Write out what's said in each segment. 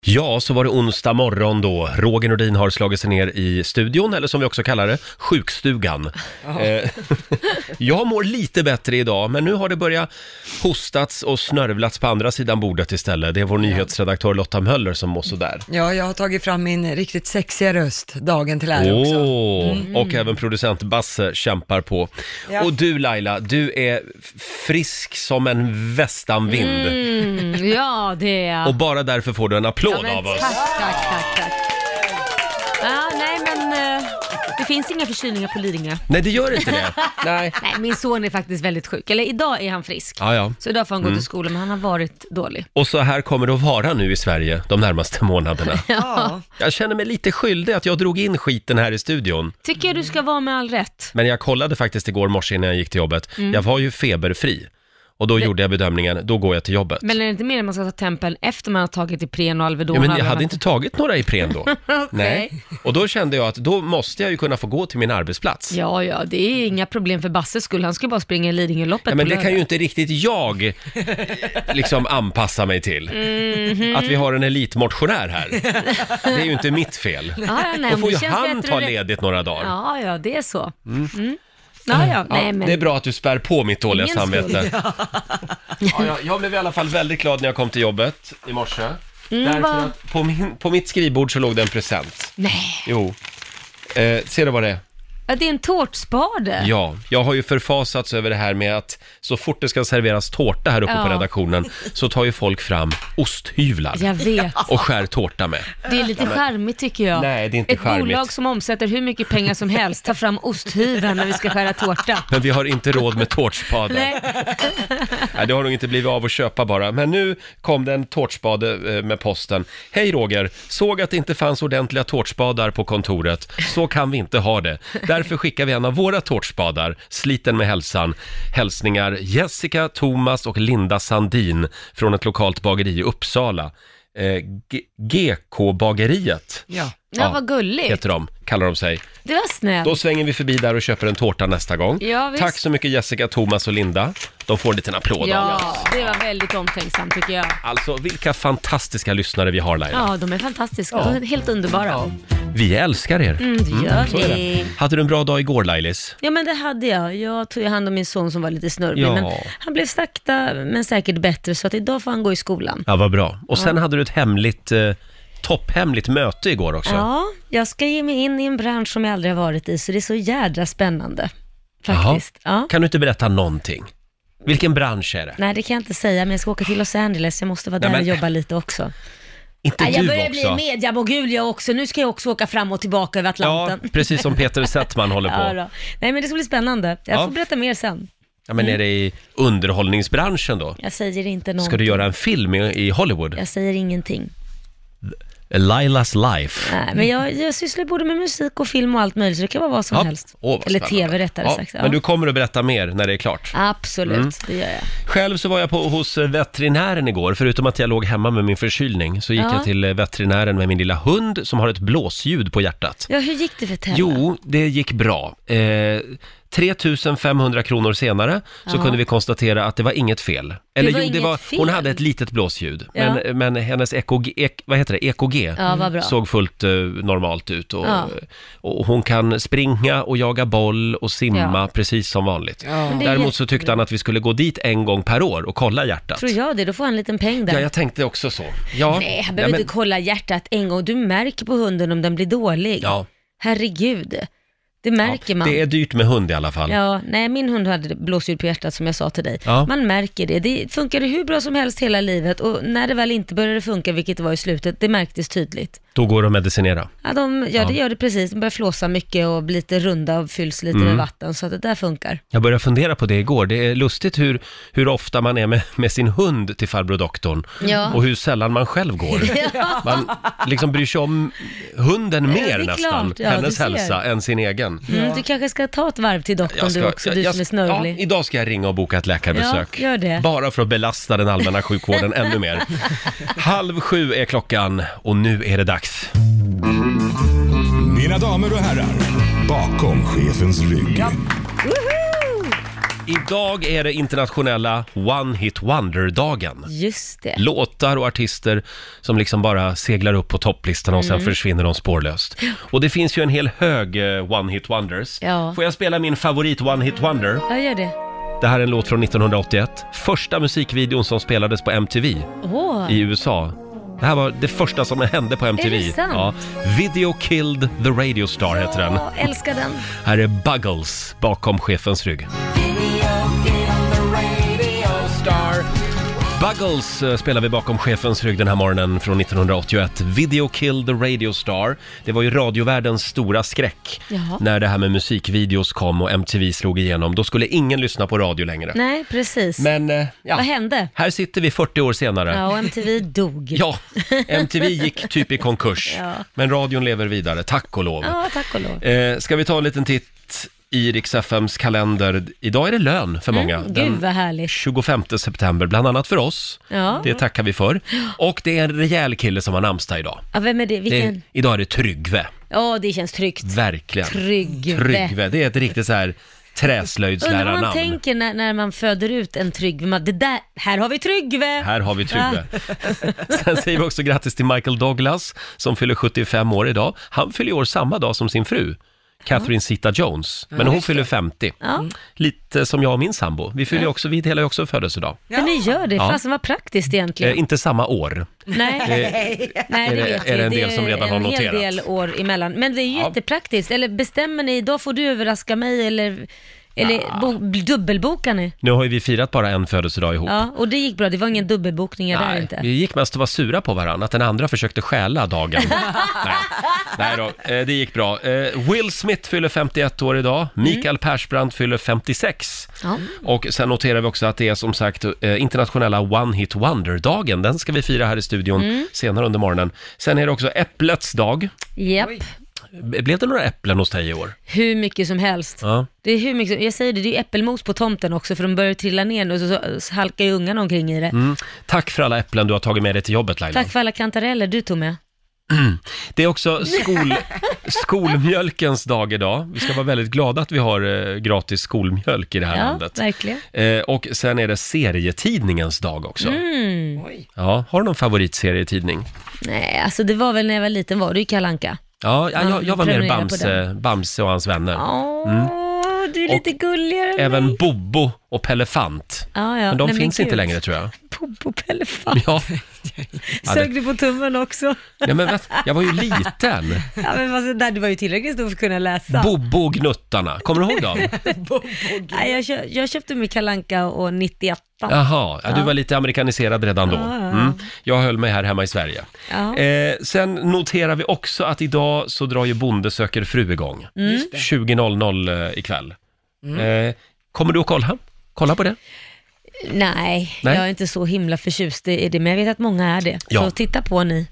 Ja, så var det onsdag morgon då. Roger Nordin har slagit sig ner i studion, eller som vi också kallar det, sjukstugan. Jag mår lite bättre idag, men nu har det börjat hostats och snörvlats på andra sidan bordet istället. Det är vår nyhetsredaktör Lotta Möller som mår så där. Ja, jag har tagit fram min riktigt sexiga röst dagen till ära också. Och även producent Basse kämpar på. Ja. Och du Laila, du är frisk som en västanvind. Ja, det är. Och bara därför får du en applåd av oss. Tack. Ja, nej men det finns inga förkylningar på Lidingö. Nej, det gör inte det. Nej, min son är faktiskt väldigt sjuk. Eller idag är han frisk. Ja. Så idag får han gå till skolan, men han har varit dålig. Och så här kommer det att vara nu i Sverige de närmaste månaderna. Ja. Jag känner mig lite skyldig att jag drog in skiten här i studion. Tycker jag du ska vara med all rätt. Men jag kollade faktiskt igår morse innan jag gick till jobbet. Jag var ju feberfri. Och då gjorde jag bedömningen, då går jag till jobbet. Men är det inte mer att man ska ta tempen efter man har tagit Ipren och Alvedon? Ja, men jag hade inte tagit några Ipren då. Okay. Nej. Och då kände jag att då måste jag ju kunna få gå till min arbetsplats. Ja, det är inga problem för Basses skull. Han ska bara springa i Lidingö-loppet. Ja, men det kan ju inte riktigt jag liksom anpassa mig till. Att vi har en elitmotionär här. Det är ju inte mitt fel. Nej, då får ju han ta ledigt några dagar. Ja, det är så. Nej, men... Det är bra att du spär på mitt dåliga samvete. Jag blev i alla fall väldigt glad när jag kom till jobbet i morse. Därför att på mitt skrivbord så låg det en present. Nej. Jo. Ser du vad det är? Ja, det är en tårtspade. Ja, jag har ju förfasats över det här med att så fort det ska serveras tårta här uppe på redaktionen så tar ju folk fram osthyvlar. Jag vet. Och skär tårta med. Det är lite charmigt tycker jag. Nej, det är inte charmigt. Ett bolag som omsätter hur mycket pengar som helst tar fram osthyveln när vi ska skära tårta. Men vi har inte råd med tårtspadar. Nej, det har nog inte blivit av att köpa bara. Men nu kom det en tårtspade med posten. Hej Roger, såg att det inte fanns ordentliga tårtspadar på kontoret. Så kan vi inte ha det. Därför skickar vi en av våra tårtspadar, sliten med hälsan. Hälsningar Jessica, Thomas och Linda Sandin från ett lokalt bageri i Uppsala. GK-bageriet. Ja, vad gulligt. Heter de, kallar de sig. Det var snällt. Då svänger vi förbi där och köper en tårta nästa gång. Ja, tack så mycket Jessica, Thomas och Linda. De får en liten applåd av oss. Ja, det var väldigt omtänksamt tycker jag. Alltså, vilka fantastiska lyssnare vi har, Laila. Ja, de är fantastiska. De är helt underbara. Ja. Vi älskar er. Det gör vi. Hade du en bra dag igår, Lailis? Ja, men det hade jag. Jag tog hand om min son som var lite snurrig. Ja. Men han blev sakta men säkert bättre, så att idag får han gå i skolan. Ja, vad bra. Och sen hade du ett hemligt... topphemligt möte igår också. Ja, jag ska ge mig in i en bransch som jag aldrig har varit i, så det är så jädra spännande faktiskt. Ja. Kan du inte berätta någonting? Vilken bransch är det? Nej, det kan jag inte säga, men jag ska åka till Los Angeles. Jag måste vara där och jobba lite också. Inte jag du börjar också? bli mediamogul jag också. Nu ska jag också åka fram och tillbaka över Atlanten. Ja, precis som Peter Settman håller på. Ja, nej, men det ska bli spännande. Jag får berätta mer sen. Ja, men är det i underhållningsbranschen då? Jag säger inte någonting. Ska du göra en film i Hollywood? Jag säger ingenting. Lailas life. Nej, men jag sysslar både med musik och film och allt möjligt, så det kan vara vad som helst. Eller tv rättare sagt. Ja. Men du kommer att berätta mer när det är klart. Absolut, det gör jag. Själv så var jag hos veterinären igår. Förutom att jag låg hemma med min förkylning så gick jag till veterinären med min lilla hund som har ett blåsljud på hjärtat. Ja, hur gick det för Tella? Jo, det gick bra. 3 500 kronor senare så kunde vi konstatera att det var inget fel. Hon hade ett litet blåsljud. Men hennes EKG såg fullt normalt ut. Och hon kan springa och jaga boll och simma precis som vanligt. Däremot så tyckte han att vi skulle gå dit en gång per år och kolla hjärtat. Tror jag det, då får han en liten peng där. Ja, jag tänkte också så. Nej, han behöver inte kolla hjärtat en gång. Du märker på hunden om den blir dålig. Ja. Herregud. Det märker man. Det är dyrt med hund i alla fall. Ja, nej, min hund hade blåsljud på hjärtat som jag sa till dig. Ja. Man märker det. Det funkade hur bra som helst hela livet, och när det väl inte började funka, vilket det var i slutet, det märktes tydligt. Då går det att medicinera? Ja, det gör det precis. De börjar flåsa mycket och blir lite runda och fylls lite med vatten, så att det där funkar. Jag började fundera på det igår. Det är lustigt hur ofta man är med sin hund till farbror doktorn och hur sällan man själv går. Man liksom bryr sig om hunden mer nästan, hennes hälsa, än sin egen. Du kanske ska ta ett varv till doktorn du också, du som är snörlig. Ja, idag ska jag ringa och boka ett läkarbesök. Ja, gör det. Bara för att belasta den allmänna sjukvården ännu mer. 6:30 är klockan och nu är det dags. Mina damer och herrar, bakom chefens rygg. Idag är det internationella One Hit Wonder-dagen. Just det. Låtar och artister som liksom bara seglar upp på topplistan och sen försvinner de spårlöst. Och det finns ju en hel hög One Hit Wonders. Ja. Får jag spela min favorit One Hit Wonder? Ja, gör det. Det här är en låt från 1981. Första musikvideon som spelades på MTV i USA. Det här var det första som hände på MTV. Är det sant? Ja. Video Killed the Radio Star heter den. Ja, älskar den. Här är Buggles bakom chefens rygg. Buggles spelar vi bakom chefens rygg den här morgonen från 1981. Video Killed the Radio Star. Det var ju radiovärldens stora skräck. Jaha. När det här med musikvideos kom och MTV slog igenom. Då skulle ingen lyssna på radio längre. Nej, precis. Men ja, vad hände? Här sitter vi 40 år senare. Ja, och MTV dog. Ja, MTV gick typ i konkurs. Ja. Men radion lever vidare, tack och lov. Ja, tack och lov. Ska vi ta en liten titt i Rix FMs kalender. Idag är det lön för många. Gud vad härligt. 25 september, bland annat för oss. Ja. Det tackar vi för. Och det är en rejäl kille som har namnsdag idag. Ja, vem är det? Vilken? Idag är det Tryggve. Ja, det känns tryggt. Verkligen. Tryggve. Det är ett riktigt så här träslöjdslärarnamn. Undrar vad man tänker när man föder ut en Tryggve. Det där, här har vi Tryggve! Här har vi Tryggve. Sen säger vi också grattis till Michael Douglas som fyller 75 år idag. Han fyller år samma dag som sin fru. Catherine Zeta-Jones, men hon fyller 50. Ja. Lite som jag och min sambo. Vi delar ju också födelsedag. Men ni gör det, fast vad praktiskt egentligen. Inte samma år. Nej, Nej det vet vi. Är det en del som redan har noterat? Det är en hel del år emellan. Men det är ju jättepraktiskt. Eller bestämmer ni, då får du överraska mig eller dubbelbokar ni? Nu har ju vi firat bara en födelsedag ihop. Ja, och det gick bra. Det var ingen dubbelbokning där inte. Vi gick mest att vara sura på varandra, att den andra försökte stjäla dagen. Nej då, det gick bra. Will Smith fyller 51 år idag. Mikael Persbrandt fyller 56. Ja. Och sen noterar vi också att det är som sagt internationella One Hit Wonder-dagen. Den ska vi fira här i studion senare under morgonen. Sen är det också äpplets dag. Japp. Blev det några äpplen hos dig i år? Hur mycket som helst. Ja. Det är hur mycket, jag säger det är äppelmos på tomten också, för de börjar trilla ner nu och så halkar ju ungarna omkring i det. Tack för alla äpplen du har tagit med dig till jobbet, Laila. Tack för alla kantareller du tog med. Det är också skolmjölkens dag idag. Vi ska vara väldigt glada att vi har gratis skolmjölk i det här landet. Ja, verkligen. Och sen är det serietidningens dag också. Ja, har du någon favoritserietidning? Nej, alltså det var väl när jag var liten, var det ju Kalle Anka. Ja, jag var mer Bamse och hans vänner. Du är lite gulligare än även mig. Bobo och Pellefant. Men de finns inte längre, tror jag. Bobo och Pellefant. Ja. Sög du på tummen också? Ja, men jag var ju liten. Ja, men alltså, du var ju tillräckligt stor för att kunna läsa. Bobo och Gnuttarna. Kommer du ihåg dem? Nej, jag köpte mig Kalle Anka och 91. Jaha, du var lite amerikaniserad redan då. Jag höll mig här hemma i Sverige. Sen noterar vi också att idag så drar ju Bonde söker fru igång. 20.00 ikväll. Kommer du att kolla på det? Nej, jag är inte så himla förtjust i det, men jag vet att många är det. Så titta på ni.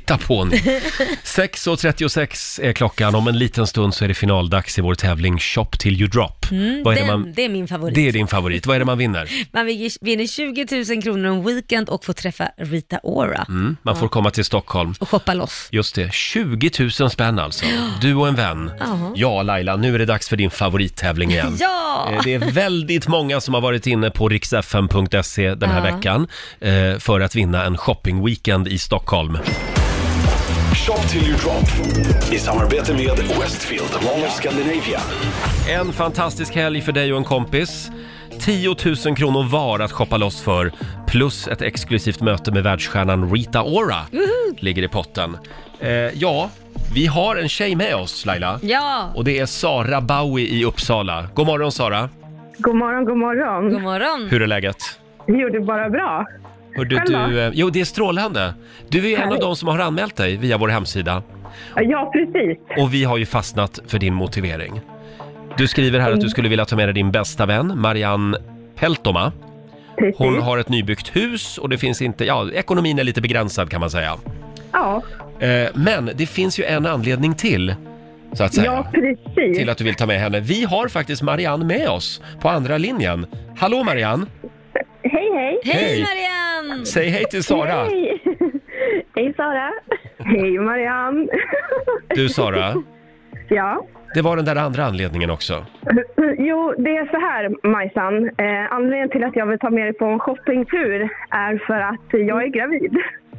6:36 är klockan. Om en liten stund så är det finaldags i vår tävling Shop Till You Drop. Det är min favorit. Det är din favorit. Vad är det man vinner? Man vinner 20 000 kronor en weekend och får träffa Rita Ora. Man får komma till Stockholm. Och shoppa loss. Just det, 20 000 spänn alltså. Du och en vän. Ja, Laila, nu är det dags för din favorittävling igen. Ja! Det är väldigt många som har varit inne på riksfm.se den här veckan för att vinna en shoppingweekend i Stockholm. Shop Till You Drop i samarbete med Westfield Mall of Scandinavia. En fantastisk helg för dig och en kompis. 10 000 kronor var att shoppa loss för, plus ett exklusivt möte med världsstjärnan Rita Ora ligger i potten. Vi har en tjej med oss, Laila. Ja. Och det är Sara Bowie i Uppsala. God morgon, Sara. God morgon, god morgon. God morgon. Hur är läget? Jo, det är bara bra. Jo, det är strålande. Du är en av de som har anmält dig via vår hemsida. Ja, precis. Och vi har ju fastnat för din motivering. Du skriver här att du skulle vilja ta med dig din bästa vän, Marianne Peltoma. Precis. Hon har ett nybyggt hus och det finns inte, ekonomin är lite begränsad kan man säga. Ja. Men det finns ju en anledning till, så att säga. Ja, precis. Till att du vill ta med henne. Vi har faktiskt Marianne med oss på andra linjen. Hallå Marianne! Hej, hej. Hej Marianne! Säg hej till Sara. Hej. Hej Sara. Hej Marianne. Du Sara, Ja. Det var den där andra anledningen också. Jo, det är så här, Majsan. Anledningen till att jag vill ta med dig på en shoppingtur är för att jag är gravid.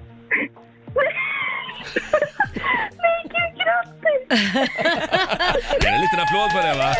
Nej, gud, grattis! Det är en liten applåd på det, va?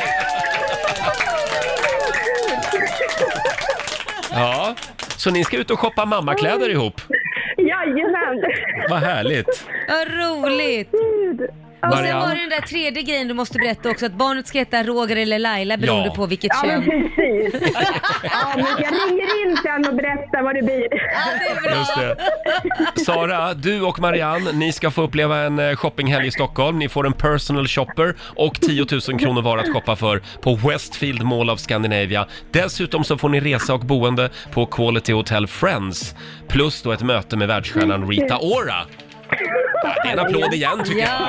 Ja, så ni ska ut och shoppa mammakläder ihop? Jajamän! Vad härligt! Vad roligt! Och sen var det den där tredje grejen du måste berätta också, att barnet ska heta Roger eller Laila beroende på vilket kön. Ja, men precis. Ja, men jag ringer in sen och berättar vad det blir. Ja, det är bra. Just det. Sara, du och Marianne, ni ska få uppleva en shoppinghelg i Stockholm. Ni får en personal shopper och 10 000 kronor var att shoppa för på Westfield Mall of Scandinavia. Dessutom så får ni resa och boende på Quality Hotel Friends. Plus då ett möte med världsstjärnan Rita Ora. Ja, det är en applåd igen tycker jag.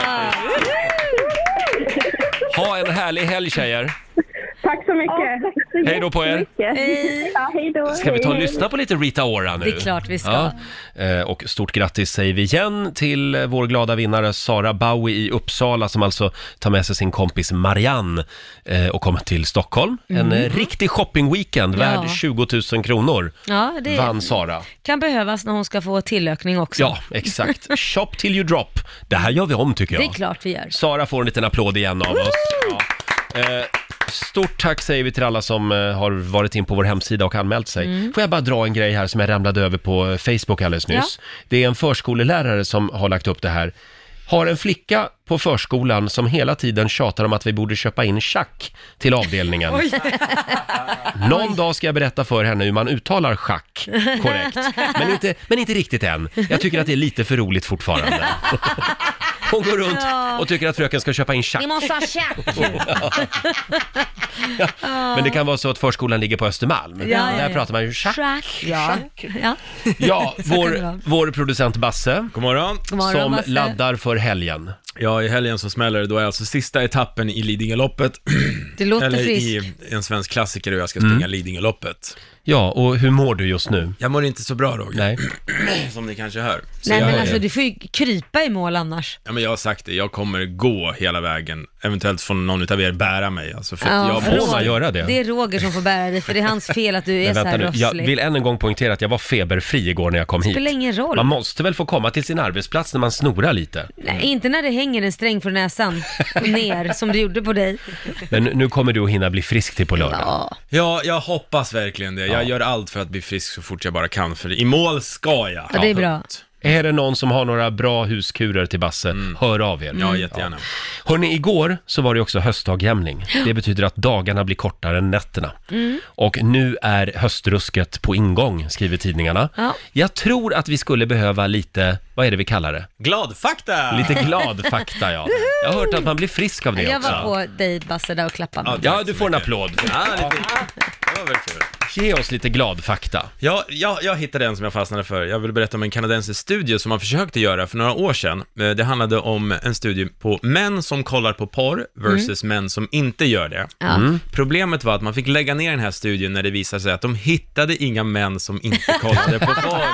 Ha en härlig helg, tjejer. Tack så mycket. Hej då på er. Hej. Ja, hej då. Ska vi ta och lyssna på lite Rita Ora nu? Det är klart vi ska. Ja. Och stort grattis säger vi igen till vår glada vinnare Sara Bowie i Uppsala som alltså tar med sig sin kompis Marianne och kommer till Stockholm. En riktig shoppingweekend värd 20 000 kronor vann Sara. Kan behövas när hon ska få tillökning också. Ja, exakt. Shop till you drop. Det här gör vi om tycker jag. Det är klart vi gör. Sara får en liten applåd igen av oss. Ja. Stort tack säger vi till alla som har varit in på vår hemsida och anmält sig. Får jag bara dra en grej här som jag ramlade över på Facebook alldeles nyss. Ja. Det är en förskolelärare som har lagt upp det här. Har en flicka på förskolan som hela tiden tjatar om att vi borde köpa in schack till avdelningen. Någon dag ska jag berätta för henne hur man uttalar schack korrekt. Men inte riktigt än. Jag tycker att det är lite för roligt fortfarande. Hon går runt och tycker att fröken ska köpa in schack. Vi måste ha schack. Men det kan vara så att förskolan ligger på Östermalm. Där pratar man ju schack. Ja, vår producent Basse. God morgon. Som laddar för helgen. Ja, i helgen så smäller det. Då är alltså sista etappen i Lidingöloppet. Det låter eller friskt. i en svensk klassiker och jag ska springa Lidingöloppet. Ja, och hur mår du just nu? Jag mår inte så bra, Roger. Nej. Som ni kanske hör. Nej, men alltså du får ju krypa i mål annars. Ja, men jag har sagt det. Jag kommer gå hela vägen. Eventuellt får någon av er bära mig. Alltså, för får man göra det? Det är Roger som får bära dig, för det är hans fel att du är så här rosslig. Jag vill än en gång poängtera att jag var feberfri igår när jag kom hit. Det spelar ingen roll. Man måste väl få komma till sin arbetsplats när man snorar lite? Nej, inte när det hänger en sträng från näsan ner som du gjorde på dig. Men nu kommer du att hinna bli frisk till på lördag. Ja, jag hoppas verkligen det. Jag gör allt för att bli frisk så fort jag bara kan. För i mål ska jag. Ja, det är bra. Är det någon som har några bra huskurer till Basse, hör av er. Ja, jättegärna. Hörrni, igår så var det också höstdagjämning. Det betyder att dagarna blir kortare än nätterna. Och nu är höstrusket på ingång, skriver tidningarna. Ja. Jag tror att vi skulle behöva lite, vad är det vi kallar det? Gladfakta! Lite gladfakta, ja. Jag har hört att man blir frisk av det också. Jag var på dig, Basse, där och klappade. Ja, du får en applåd. Ja, lite. Det var väl kul. Ge oss lite gladfakta. Ja, jag hittade en som jag fastnade för. Jag vill berätta om en kanadensisk studie som man försökte göra för några år sedan. Det handlade om en studie på män som kollar på porr versus män som inte gör det. Problemet var att man fick lägga ner den här studien när det visade sig att de hittade inga män som inte kollade på porr.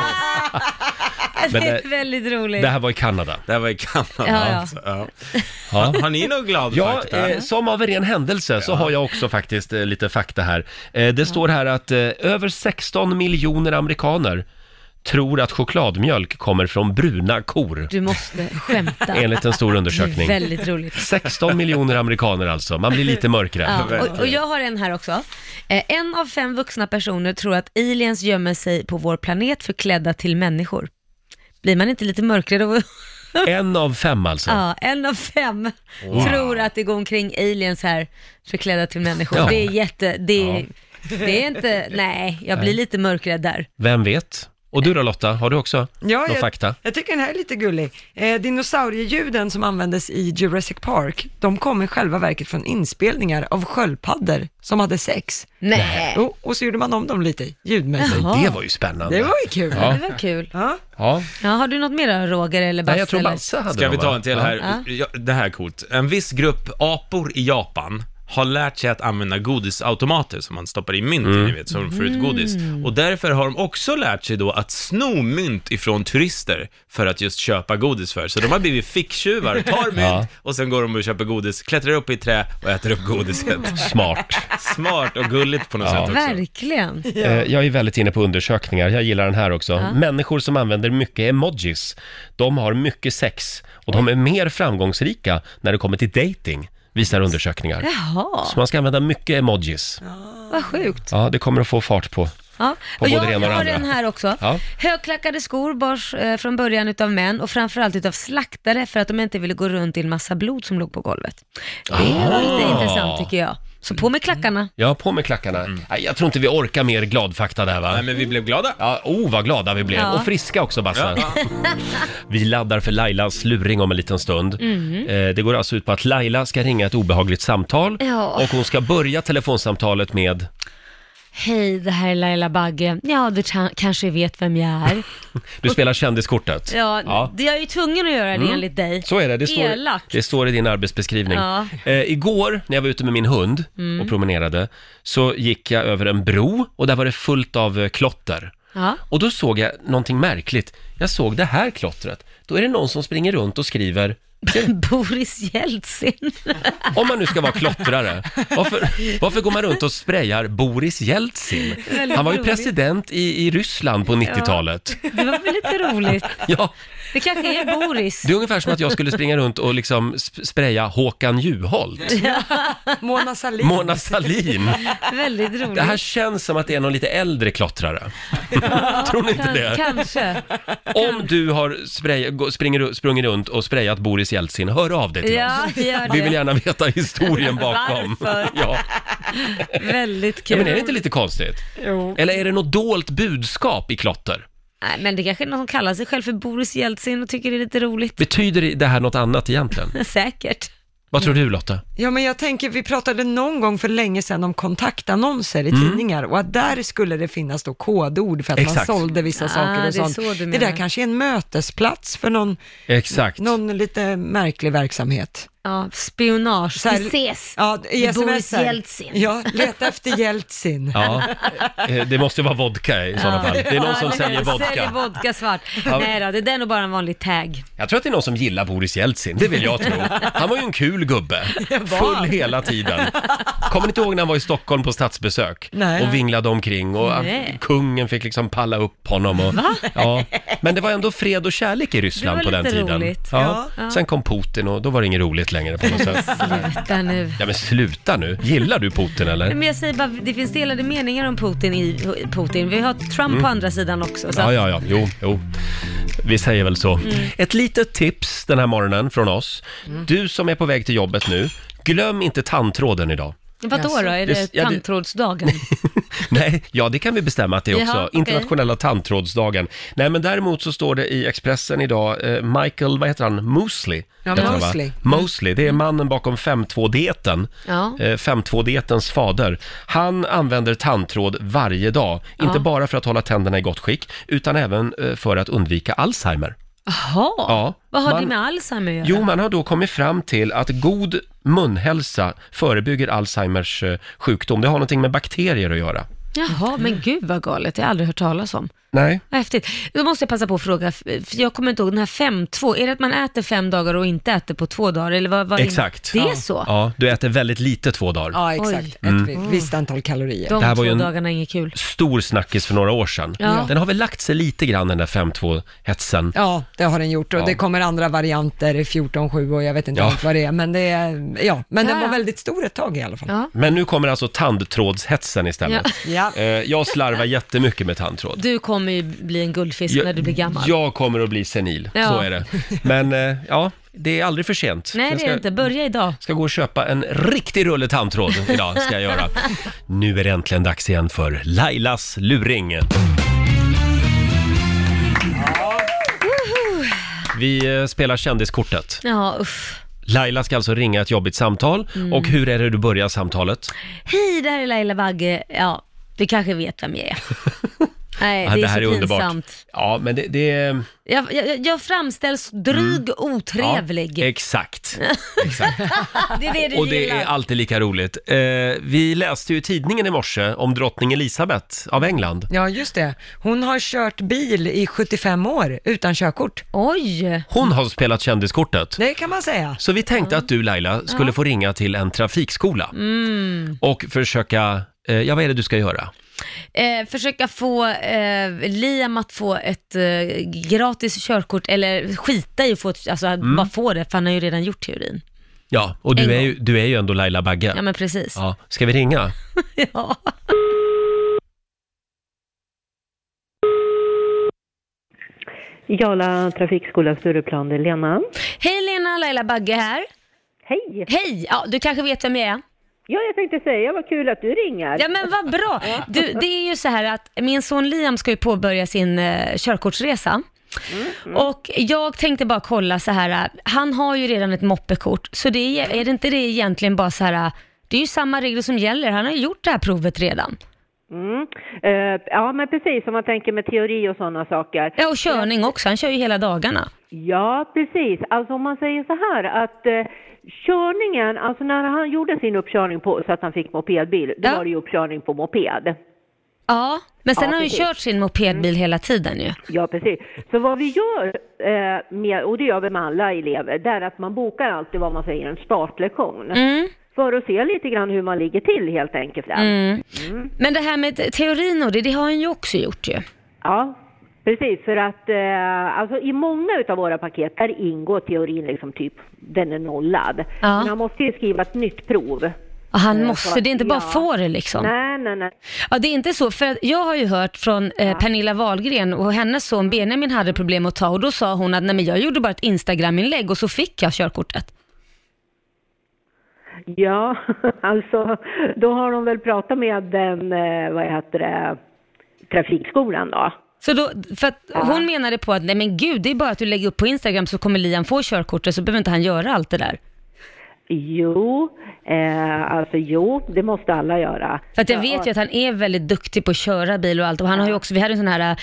Men det är väldigt roligt. Det här var i Kanada. Det här var i Kanada. Ja. Alltså, Har ni någon glad fakta? Som av en ren händelse så har jag också faktiskt lite fakta här. Det står här att över 16 miljoner amerikaner tror att chokladmjölk kommer från bruna kor. Du måste skämta. Enligt en stor undersökning. Det är väldigt roligt. 16 miljoner amerikaner alltså. Man blir lite mörkrädd. Ja, och jag har en här också. 1 av 5 vuxna personer tror att aliens gömmer sig på vår planet förklädda till människor. Blir man inte lite mörkrädd av 1 av 5 alltså? Ja, 1 av 5 tror att det går omkring aliens här förklädda till människor. Ja. Det är det är inte, nej, jag blir lite mörkrädd där. Vem vet? Och du då Lotta, har du också någon fakta? Jag tycker den här är lite gullig. Dinosaurieljuden som användes i Jurassic Park, de kommer i själva verket från inspelningar av sköldpaddor som hade sex. Nej. Och så gjorde man om dem lite ljudmässigt. Det var ju spännande. Det var ju kul. Ja. Det var kul. Ja. Ja, har du något mer då, Roger eller Basse? Nej, jag tror Basse hade. Ska vi ta en till här? Det här är coolt. En viss grupp apor i Japan har lärt sig att använda godisautomater som man stoppar i mynt, ni vet, som får ut godis. Och därför har de också lärt sig då att sno mynt ifrån turister för att just köpa godis för. Så de har blivit ficktjuvar, tar mynt och sen går de och köper godis, klättrar upp i ett trä och äter upp godiset. Smart och gulligt på något sätt också. Verkligen. Jag är väldigt inne på undersökningar. Jag gillar den här också. Människor som använder mycket emojis, de har mycket sex och de är mer framgångsrika när det kommer till dating, visar undersökningar. Jaha. Så man ska använda mycket emojis. Vad sjukt. Ja, det kommer att få fart på. Ja. På Och både det jag ena och det har andra. den här också. Ja. Högklackade skor bars från början utav män och framförallt utav slaktare för att de inte ville gå runt i en massa blod som låg på golvet. Det var lite intressant tycker jag. Så på med klackarna. Ja, på med klackarna. Nej, jag tror inte vi orkar mer gladfakta där, va? Nej, men vi blev glada. Ja, vad glada vi blev. Ja. Och friska också, Basse. Vi laddar för Lailas luring om en liten stund. Det går alltså ut på att Laila ska ringa ett obehagligt samtal. Ja. Och hon ska börja telefonsamtalet med... Hej, det här är Laila Bagge. Ja, du kanske vet vem jag är. Du spelar kändiskortet. Ja, det är jag ju tvungen att göra det enligt dig. Så är det. Elakt. Det står i din arbetsbeskrivning. Ja. Igår när jag var ute med min hund och promenerade så gick jag över en bro och där var det fullt av klotter. Ja. Och då såg jag någonting märkligt. Jag såg det här klottret. Då är det någon som springer runt och skriver... Boris Jeltsin. Om man nu ska vara klottrare, varför går man runt och sprayar Boris Jeltsin? Han var ju president i Ryssland på 90-talet. Det var väl lite roligt. Ja, Det kanske är Boris. det är ungefär som att jag skulle springa runt och liksom spraya Håkan Juholt. Mona Sahlin. Väldigt roligt. Det här känns som att det är någon lite äldre klottrare. Tror ni inte det? Kanske. Om du har sprungit runt och sprayat Boris Jeltsin, hör av dig till oss. Gör det. Vi vill gärna veta historien bakom. Varför? Ja. Väldigt Ja, kul. men är det inte lite konstigt? Jo. Eller är det något dolt budskap i klotter? Nej, men det kanske är någon som kallar sig själv för Boris Jeltsin och tycker det är lite roligt. Betyder det här något annat egentligen? Säkert. Vad tror du, Lotta? Ja, men jag tänker, vi pratade någon gång för länge sedan om kontaktannonser i tidningar och att där skulle det finnas då kodord för att Exakt. man sålde vissa saker det är och sånt. så du Det menar. där kanske är en mötesplats för Exakt. någon lite märklig verksamhet. Ja, spionage. Så här- Vi ses. Ja, i Med Boris SMS-er. Jeltsin. Ja, leta efter Jeltsin. Ja, det måste vara vodka i sådana fall. Det är någon som säljer Säljer vodka. vodka svart. Ja. Nej då, det är nog bara en vanlig tag. Jag tror att det är någon som gillar Boris Jeltsin, det vill jag tro. Han var ju en kul gubbe, full hela tiden. Kommer ni inte ihåg när han var i Stockholm på statsbesök? Nej. Och vinglade omkring och Nej. kungen fick liksom palla upp honom. Och, ja. Men det var ändå fred och kärlek i Ryssland Det på var den lite tiden. roligt. Ja. Ja. Sen kom Putin och då var det inget roligt längre på något sätt. Sluta nu. Ja, men sluta nu. Gillar du Putin eller? Men jag säger bara, det finns delade meningar om Putin. Vi har Trump på andra sidan också. Så Ja. Jo. Vi säger väl så. Ett litet tips den här morgonen från oss. Du som är på väg till jobbet nu, glöm inte tandtråden idag. Vadå då? Är det Ja, det- tandtrådsdagen? Nej, ja det kan vi bestämma att det är också. Jaha, okej. Internationella tandtrådsdagen. Nej, men däremot så står det i Expressen idag, Michael, vad heter han? Mosley. Ja, heter han, va? Mosley. Mosley, det är mannen bakom 5.2-dieten. Ja. 5.2-dietens fader. Han använder tandtråd varje dag. Inte bara för att hålla tänderna i gott skick, utan även för att undvika Alzheimer. Jaha, Ja, vad har man- det med Alzheimer att göra? Jo, man har då kommit fram till att god munhälsa förebygger Alzheimers sjukdom. Det har någonting med bakterier att göra. Jaha, men gud vad galet, det har jag aldrig hört talas om. Nej. Vad häftigt. Då måste jag passa på att fråga, för jag kommer inte ihåg den här 5-2, är det att man äter 5 dagar och inte äter på 2 dagar? Eller vad Exakt. Det är så? Ja, du äter väldigt lite 2 dagar. Ja, exakt. Oj. Ett visst antal kalorier. De Det här var 2 ju en- dagarna är inget kul. Stor snackis för några år sedan. Ja. Den har väl lagt sig lite grann den där 5.2-hetsen. Ja, det har den gjort och Ja. det kommer andra varienter, 14-7 och jag vet inte Ja. allt vad det är, men det är, ja, men den Ja, var ja. väldigt stor ett tag i alla fall. Ja. Men nu kommer alltså tandtrådshetsen istället. Ja. Jag slarvar jättemycket med tandtråd. Du kommer ju bli en guldfisk när du blir gammal. Jag kommer att bli senil, Ja. så är det. Men ja, det är aldrig för sent. Nej, Jag det är det inte. Börja idag. ska gå och köpa en riktig rulle tandtråd idag, ska jag göra. Nu är det äntligen dags igen för Lailas luring. Vi spelar kändiskortet. Ja, uff. Laila ska alltså ringa ett jobbigt samtal. Och hur är det du börjar samtalet? Hej, det här är Laila Bagge. Ja, du kanske vet vem jag är. Nej, det är så underbart. pinsamt. Ja, men det... Jag framställs dryg och otrevlig. Ja, exakt. Det är det du Och det gillar. är alltid lika roligt. Vi läste ju i tidningen i morse om drottning Elisabeth av England. Ja, just det. Hon har kört bil i 75 år utan körkort. Oj! Hon har spelat kändiskortet. Det kan man säga. Så vi tänkte att du, Laila, skulle få ringa till en trafikskola och försöka, vad är det du ska göra? Försöka få Liam att få ett gratis körkort, eller skita i att få bara få det, för han har ju redan gjort teorin. Ja, och du är ju ändå Laila Bagge. Ja, men precis. Ja, ska vi ringa? Ja. Jala trafikskola Stureplan, det är Lena. Hej Lena, Laila Bagge här. Hej! Hej, ja, du kanske vet vem jag är? Ja, jag tänkte säga, vad kul att du ringer. Ja, men vad bra. Du, det är ju så här att min son Liam ska ju påbörja sin körkortsresa. Och jag tänkte bara kolla så här, han har ju redan ett moppekort, så det är det inte det egentligen bara så här, det är ju samma regler som gäller, han har ju gjort det här provet redan. Ja, men precis, om man tänker med teori och sådana saker. Ja, och körning också, han kör ju hela dagarna. Ja, precis. Alltså om man säger så här att körningen, alltså när han gjorde sin uppkörning på så att han fick mopedbil, då var det ju uppkörning på moped. Ja, men sen Ja, har han ju precis. kört sin mopedbil hela tiden ju. Ja, precis. Så vad vi gör, och det gör vi med alla elever, det är att man bokar alltid vad man säger en startlektion. För att se lite grann hur man ligger till helt enkelt. Men det här med teorin och det har han ju också gjort ju. Ja, precis. För att alltså, i många av våra paket där ingår teorin liksom typ, den är nollad. Ja. Men han måste ju skriva ett nytt prov. Och han måste, det är inte bara få det liksom. Nej. Ja, det är inte så, för att jag har ju hört från Pernilla Wahlgren och hennes son Benjamin hade problem att ta, och då sa hon att nej, men jag gjorde bara ett Instagram-inlägg och så fick jag körkortet. Ja, alltså då har de väl pratat med den, trafikskolan då. Så då, för att hon menade på att nej men gud, det är bara att du lägger upp på Instagram så kommer Liam få körkortet, så behöver inte han göra allt det där. Jo, det måste alla göra. För att jag vet ju att han är väldigt duktig på att köra bil och allt, och han har ju också, vi hade en sån här,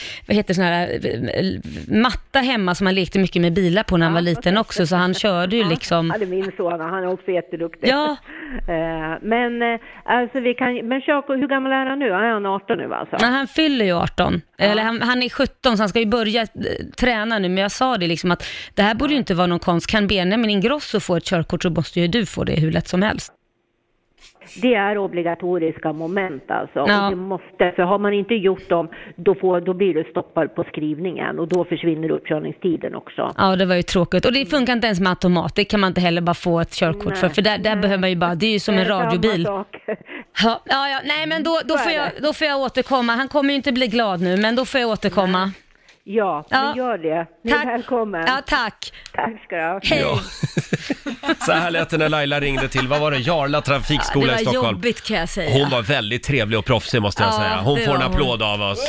matta hemma som han lekte mycket med bilar på när han var liten också, så han körde ju liksom. Ja, det är min son, han är också jätteduktig. Ja. Men alltså men körkort, hur gammal är han nu? Är han 18 nu alltså? Nej, han fyller ju 18. Eller han är 17, så han ska ju börja träna nu, men jag sa det liksom att det här borde ju inte vara någon konst. Kan Benjamin Ingrosso få ett körkort, så måste ju du få det hur lätt som helst. Det är obligatoriska moment alltså. Ja. Och det måste, för har man inte gjort dem, då blir du stoppad på skrivningen och då försvinner uppkörningstiden också. Ja, det var ju tråkigt. Och det funkar inte ens med automat. Det kan man inte heller bara få ett körkort för där behöver man ju bara, det är ju som en radiobil. Ja, nej men då får jag återkomma. Han kommer ju inte bli glad nu, men då får jag återkomma. Ja, men gör det. Ni är välkommen. Ja, tack. Tack ska du ha. Hej. Ja. Så här lät det när Laila ringde till, vad var det, Jarla trafikskola i Stockholm. Det var jobbigt, kan jag säga. Hon var väldigt trevlig och proffsig, måste jag säga. Hon får en applåd av oss.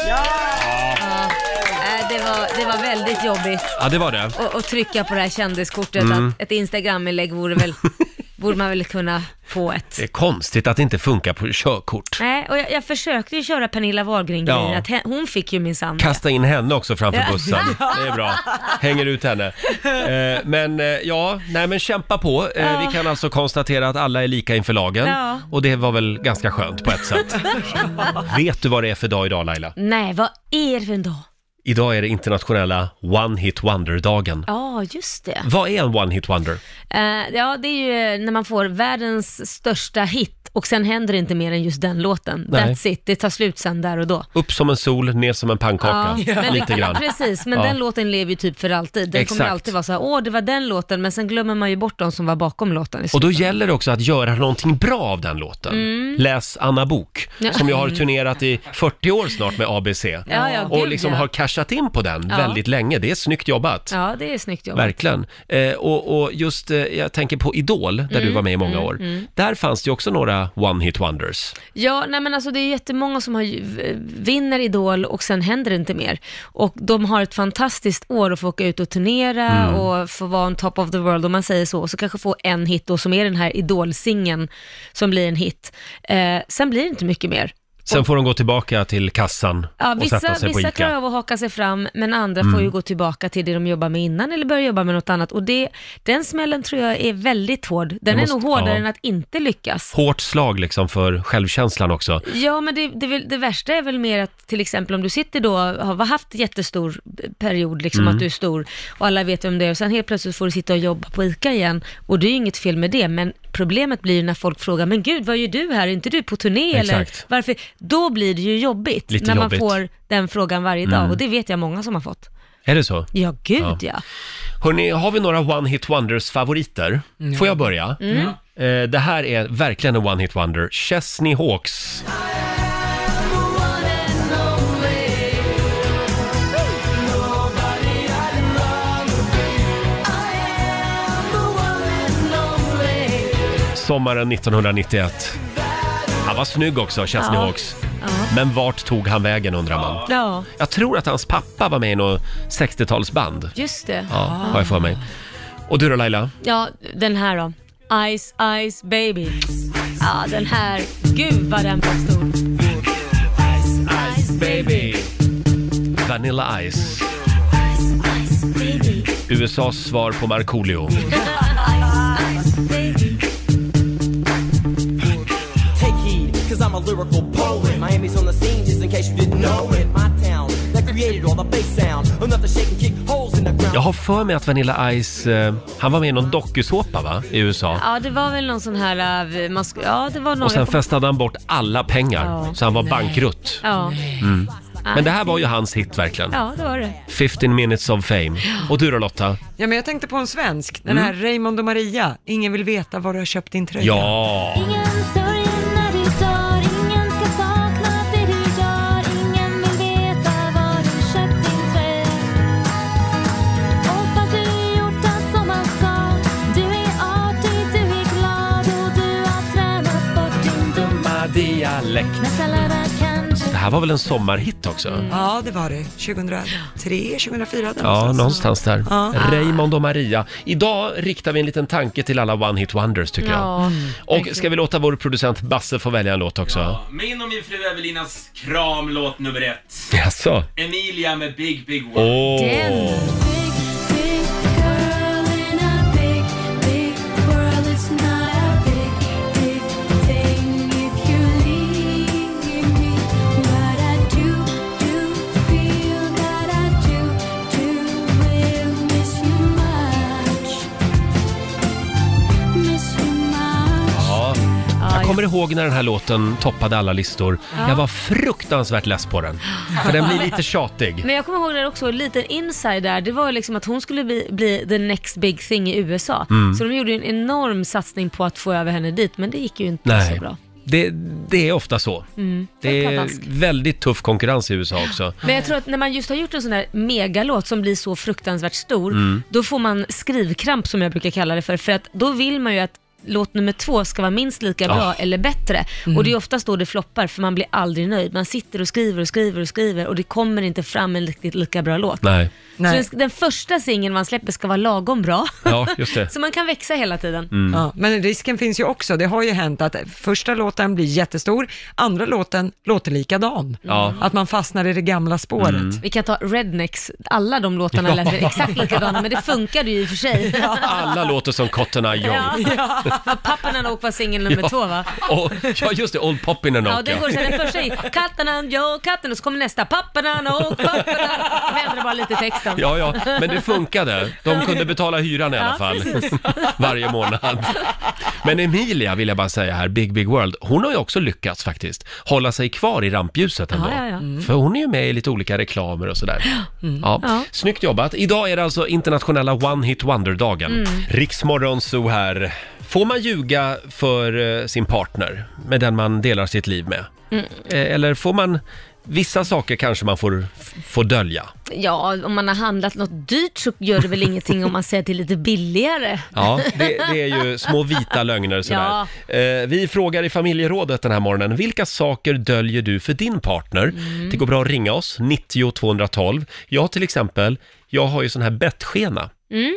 Det var väldigt jobbigt. Ja, det var det. Och trycka på det här kändiskortet, att ett Instagram-inlägg borde man väl kunna få ett. Det är konstigt att det inte funkar på körkort. Nej, och jag försökte ju köra Pernilla Wahlgren-grejen, att hon fick ju min samma. Kasta in henne också framför bussen. Det är bra. Hänger ut henne. Men kämpa på. Vi kan alltså konstatera att alla är lika inför lagen. Ja. Och det var väl ganska skönt på ett sätt. Vet du vad det är för dag idag, Laila? Nej, vad är det för en dag? Idag är det internationella One Hit Wonder-dagen. Ja, just det. Vad är en One Hit Wonder? Det är ju när man får världens största hit och sen händer det inte mer än just den låten. Nej. That's it, det tar slut sen där och då. Upp som en sol, ner som en pannkaka. Men Lite grann. Precis, men den låten lever ju typ för alltid. Den kommer alltid vara så här, det var den låten, men sen glömmer man ju bort de som var bakom låten i Och då slutet. gäller det också att göra någonting bra av den låten. Läs Anna Bok, som jag har turnerat i 40 år snart med ABC. Och liksom har cashat in på den väldigt länge. Det är snyggt jobbat. Ja, det är snyggt jobbat. Verkligen. Och just, jag tänker på Idol, där du var med i många år. Där fanns det ju också några One Hit Wonders. Ja, nej men alltså det är jättemånga som vinner Idol och sen händer det inte mer. Och de har ett fantastiskt år att få åka ut och turnera och få vara on top of the world, om man säger så. Och så kanske få en hit då, som är den här Idol-singeln som blir en hit. Sen blir det inte mycket mer. Sen får de gå tillbaka till kassan och sätta sig på Vissa ICA. klarar av att haka sig fram, men andra får ju gå tillbaka till det de jobbar med innan eller börja jobba med något annat. Och den smällen tror jag är väldigt hård. Den är nog hårdare än att inte lyckas. Hårt slag liksom för självkänslan också. Ja, men det värsta är väl mer att till exempel om du sitter då har haft jättestor period liksom att du är stor och alla vet vem det är och sen helt plötsligt får du sitta och jobba på ICA igen och det är ju inget fel med det, men problemet blir när folk frågar, men gud, vad gör du här? Är inte du på turné? Exakt. Eller varför? Då blir det ju jobbigt Lite när man jobbigt. får den frågan varje dag och det vet jag många som har fått. Är det så? Ja, gud ja. Hörrni, har vi några One Hit Wonders favoriter? Får jag börja? Det här är verkligen en One Hit Wonder. Chesney Hawks. Sommaren 1991. Han var snygg också, Chesney Hawks. Men vart tog han vägen, undrar man? Ja, Jag tror att hans pappa var med i något 60-talsband. just det. Ja, har jag för mig. Och du då, Laila? Ja, den här då. Ice, Ice Baby. Ja, den här. Gud vad den var stor. Ice baby. Vanilla Ice. USAs svar på Markoolio. Take heed, cause I'm a lyrical poet. Miami's on the scene, just in case you didn't know it. My town, that created all the bass sound. Enough to shake and kick holes in the ground. Jag har för mig att Vanilla Ice, han var med i någon dokusåpa, va? I USA. Ja, det var väl någon sån här... ja, det var någon... Och sen festade han bort alla pengar. Ja. Så han var bankrutt. Ja. Men det här var ju hans hit verkligen. Ja, det var det. 15 minutes of fame. Och du då, Lotta? Ja, men jag tänkte på en svensk, den här Raymond och Maria. Ingen vill veta var du har köpt din tröja. Ja! Ingen sörjer när du dör, ingen ska sakna det du gör, ingen vill veta var du köpt din tröja. Och fast du gjort det som man ska, du är artig, du är glad och du har tränat bort din dumma dialekt. nästa lördag kanske. Det här var väl en sommarhit också? Ja, det var det. 2003, 2004. Ja, någonstans där. Ja. Raymond och Maria. Idag riktar vi en liten tanke till alla One Hit Wonders, tycker jag. Ja. Och ska vi låta vår producent Basse få välja en låt också? Ja, min och min fru Evelinas kramlåt nummer 1. Jaså? Emilia med Big Big World. Åh! Den. Jag kommer ihåg när den här låten toppade alla listor. Jag var fruktansvärt less på den. För den blir lite tjatig. Men jag kommer ihåg det också, en liten inside där. Det var liksom att hon skulle bli the next big thing i USA. Så de gjorde en enorm satsning på att få över henne dit, men det gick ju inte så bra. Det är ofta så. Det är pladask. väldigt tuff konkurrens i USA också. Men jag tror att när man just har gjort en sån där megalåt som blir så fruktansvärt stor, då får man skrivkramp, som jag brukar kalla det för att då vill man ju att låt nummer 2 ska vara minst lika bra eller bättre. Och det är oftast då det floppar, för man blir aldrig nöjd. Man sitter och skriver och skriver och skriver och det kommer inte fram en riktigt lika bra låt. Nej. Så den första singeln man släpper ska vara lagom bra. Ja, just det. Så man kan växa hela tiden. Ja, men risken finns ju också, det har ju hänt att första låten blir jättestor, andra låten låter likadan. Ja. Att man fastnar i det gamla spåret. Vi kan ta Rednecks, alla de låtarna lät exakt likadana, men det funkade ju i och för sig. Alla låter som Cotton Eye Joe. Pappan and Oak var singel nummer 2, va? Och, ja, just det, Old Poppin' and Oak. Ja, det går så här, den första är Katten and Joe, katten, och så kommer nästa Pappan and Oak, pappan. Vi ändrar bara lite texten. Ja, men det funkade. De kunde betala hyran i alla fall. Varje månad. Men Emilia, vill jag bara säga här, Big Big World, hon har ju också lyckats faktiskt hålla sig kvar i rampljuset ändå. Ja. För hon är ju med i lite olika reklamer och sådär. Ja. Snyggt jobbat. Idag är det alltså internationella One Hit Wonder-dagen. Riksmorgon så här. Får man ljuga för sin partner med den man delar sitt liv med? Eller får man... Vissa saker kanske man får dölja. Ja, om man har handlat något dyrt så gör det väl ingenting om man säger till lite billigare. Ja, det är ju små vita lögner sådär. Vi frågar i familjerådet den här morgonen, vilka saker döljer du för din partner? Det går bra att ringa oss, 90 212. Jag till exempel, jag har ju sån här bettskena.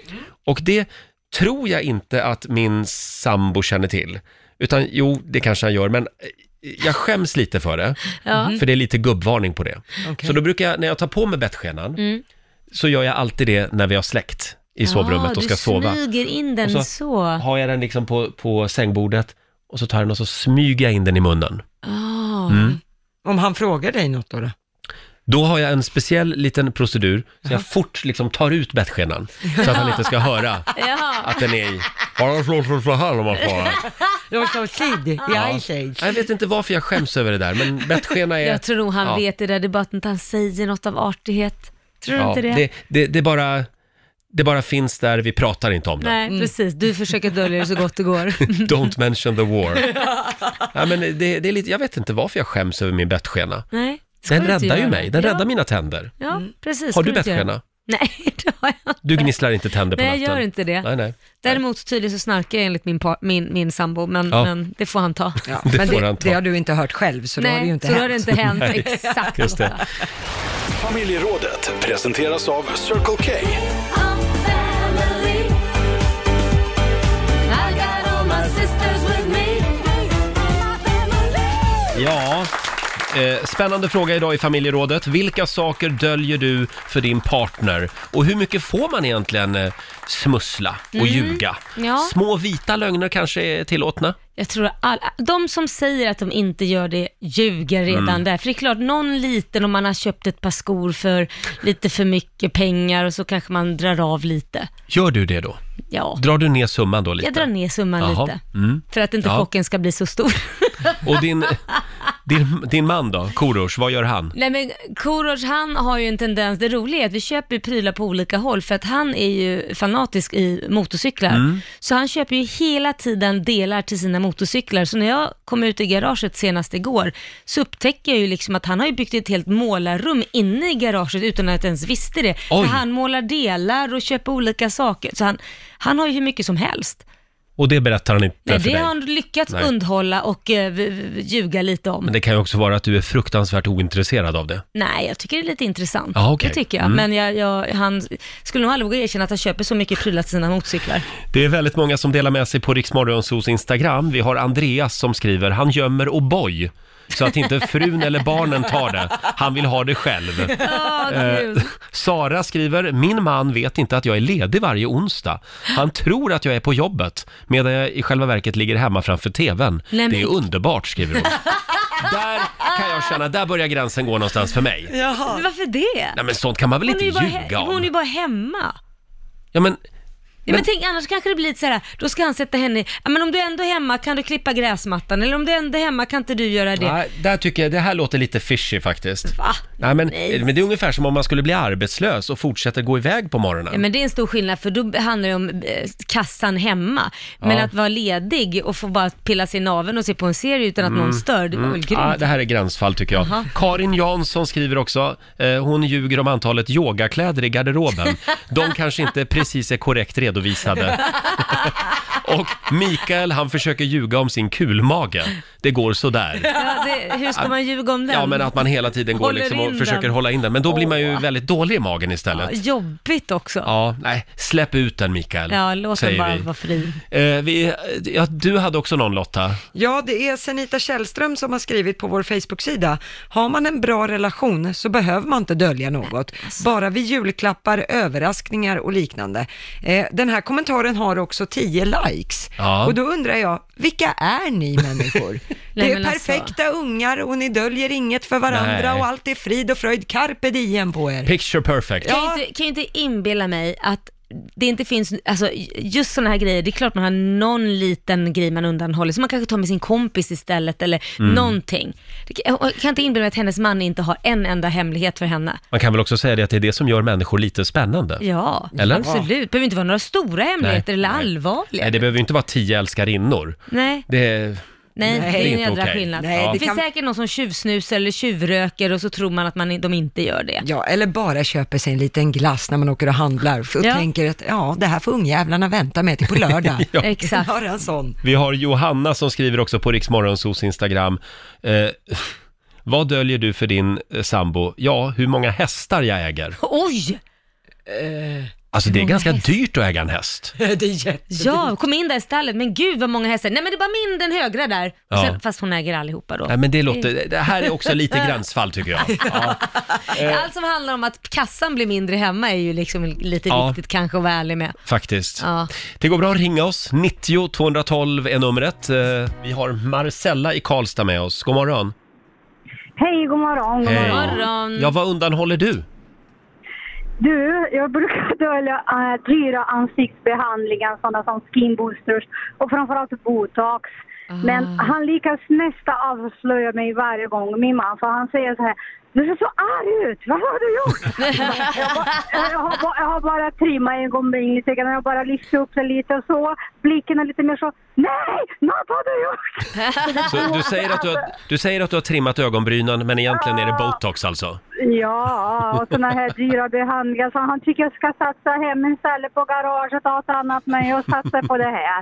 Och det tror jag inte att min sambo känner till. Utan jo, det kanske han gör, men jag skäms lite för det. För det är lite gubbvarning på det. Så då brukar jag, när jag tar på mig bettskenan, så gör jag alltid det när vi har släckt i sovrummet och ska sova. Du smyger in den och så. Har jag den liksom på sängbordet och så tar jag den och så smyger jag in den i munnen. Om han frågar dig något då? Då har jag en speciell liten procedur så jag fort liksom tar ut bettskenan så att han inte ska höra att den är i. Bara så här om man får. Låt oss se i Ice Age. Jag vet inte varför jag skäms över det där, men bettskena är... Jag tror nog han vet det där, det är bara att han säger något av artighet. Tror du inte det? Det bara finns där, vi pratar inte om det. Nej, precis. Du försöker dölja det så gott det går. Don't mention the war. Ja, men det är lite, jag vet inte varför jag skäms över min bettskena. Nej. Den räddar ju mig, den räddar mina tänder. Ja, precis. Har du bettskena? Nej, det har jag inte. Du gnisslar inte tänder på natten? Nej, jag gör inte det. Nej. Däremot tydligen så snarkar jag enligt min sambo, men det får han ta. Ja, det har du inte hört själv, så då har det ju inte hänt. Nej, så då har det inte hänt. Exakt. Just det. Familjerådet presenteras av Circle K. Ja, spännande fråga idag i familjerådet. Vilka saker döljer du för din partner? Och hur mycket får man egentligen smussla och ljuga? Ja. Små vita lögner kanske är tillåtna? Jag tror att de som säger att de inte gör det ljuger redan där. För det är klart, någon liten, om man har köpt ett par skor för lite för mycket pengar och så kanske man drar av lite. Gör du det då? Ja. Drar du ner summan då lite? Jag drar ner summan lite. För att inte chocken ska bli så stor. Och din man då, Korosh, vad gör han? Nej, men Korosh, han har ju en tendens, det roliga är att vi köper prylar på olika håll för att han är ju fanatisk i motorcyklar. Så han köper ju hela tiden delar till sina motorcyklar. Så när jag kom ut i garaget senast igår så upptäcker jag ju liksom att han har ju byggt ett helt målarrum inne i garaget utan att jag ens visste det. Där han målar delar och köper olika saker. Så han har ju hur mycket som helst. Och det berättar han inte för dig? Det har han lyckats undhålla och ljuga lite om. Men det kan ju också vara att du är fruktansvärt ointresserad av det. Nej, jag tycker det är lite intressant. Okay. Det tycker jag. Men han skulle nog aldrig våga erkänna att han köper så mycket prylar till sina motorcyklar. Det är väldigt många som delar med sig på Rix Morgonzos Instagram. Vi har Andreas som skriver, han gömmer O'boy så att inte frun eller barnen tar det. Han vill ha det själv. Sara skriver, min man vet inte att jag är ledig varje onsdag. Han tror att jag är på jobbet medan jag i själva verket ligger hemma framför tvn. Det är underbart, skriver hon. Där kan jag känna, där börjar gränsen gå någonstans för mig. Jaha. Men varför det? Nej, men sånt kan man väl inte ljuga om. Hon är ju bara hemma. Ja, men tänk, annars kanske det blir lite såhär, då ska han sätta henne men om du ändå är hemma kan du klippa gräsmattan, eller om du ändå är hemma kan inte du göra det. Nej, där tycker jag, det här låter lite fishy faktiskt. Va? Nej, men det är ungefär som om man skulle bli arbetslös och fortsätter gå iväg på morgonen. Ja, men det är en stor skillnad, för då handlar det om kassan hemma. Men att vara ledig och få bara pilla sig i naveln och se på en serie utan att någon stör, det var väl grymt. Ja, det här är gränsfall tycker jag. Aha. Karin Jansson skriver också, hon ljuger om antalet yogakläder i garderoben. De kanske inte precis är korrekt redovisade. Och Mikael, han försöker ljuga om sin kulmage. Det går sådär. Ja, hur ska man ljuga om den? Ja, men att man hela tiden går liksom och försöker hålla in den. Men då blir man ju väldigt dålig i magen istället. Ja, jobbigt också. Ja, nej, släpp ut den, Mikael. Ja, låt den bara vara fri. Du hade också någon, Lotta. Ja, det är Senita Källström som har skrivit på vår Facebook-sida. Har man en bra relation så behöver man inte dölja något. Bara vid julklappar, överraskningar och liknande. Den här kommentaren har också 10 likes. Ja. Och då undrar jag, vilka är ni människor? Det är perfekta ungar och ni döljer inget för varandra och allt är frid och fröjd. Carpe diem på er. Picture perfect. Kan jag inte inbilla mig att det inte finns, alltså just sådana här grejer, det är klart man har någon liten grej man undanhåller, så man kanske tar med sin kompis istället eller någonting. Jag kan inte inbilla mig att hennes man inte har en enda hemlighet för henne. Man kan väl också säga det att det är det som gör människor lite spännande. Ja, eller? Absolut. Det behöver inte vara några stora hemligheter eller allvarliga. Nej, det behöver inte vara 10 älskarinnor. Nej. Nej, det är en jädra skillnad. Nej, det finns säkert någon som tjuvsnusar eller tjuvröker och så tror man att de inte gör det. Ja, eller bara köper sig en liten glass när man åker och handlar och tänker att det här får ungjävlarna vänta med till på lördag. Exakt. En sån. Vi har Johanna som skriver också på Rix Morgonzos Instagram. Vad döljer du för din sambo? Ja, hur många hästar jag äger? Oj! Alltså det är ganska dyrt att äga en häst. Det är jättedyrt. Ja, kom in där i stallet, men gud vad många hästar. Nej men det är bara min, den högra där. Och sen, fast hon äger allihopa då. Nej men det här är också lite gränsfall tycker jag. Allt som handlar om att kassan blir mindre hemma är ju liksom lite viktigt kanske att vara ärlig med. Faktiskt. Ja. Det går bra att ringa oss. 90 212 är numret. Vi har Marcella i Karlstad med oss. God morgon. Hej, god morgon. God morgon. Ja, vad undanhåller du? Du, jag brukar dölja dyra ansiktsbehandlingar, sådana som skin boosters och framförallt botox. Men han lyckas nästan avslöja mig varje gång, min man, för han säger så här: du ser så arg ut, vad har du gjort? jag har bara trimmat en gång lite grann, jag har bara lyft upp det lite och så, blicken är lite mer så, nej, något har du gjort. Så du säger att du har trimmat ögonbrynen, men egentligen är det botox alltså? Ja, och såna här dyra behandlingar, så han tycker jag ska satsa hem istället på garaget och allt annat, men jag satsar på det här.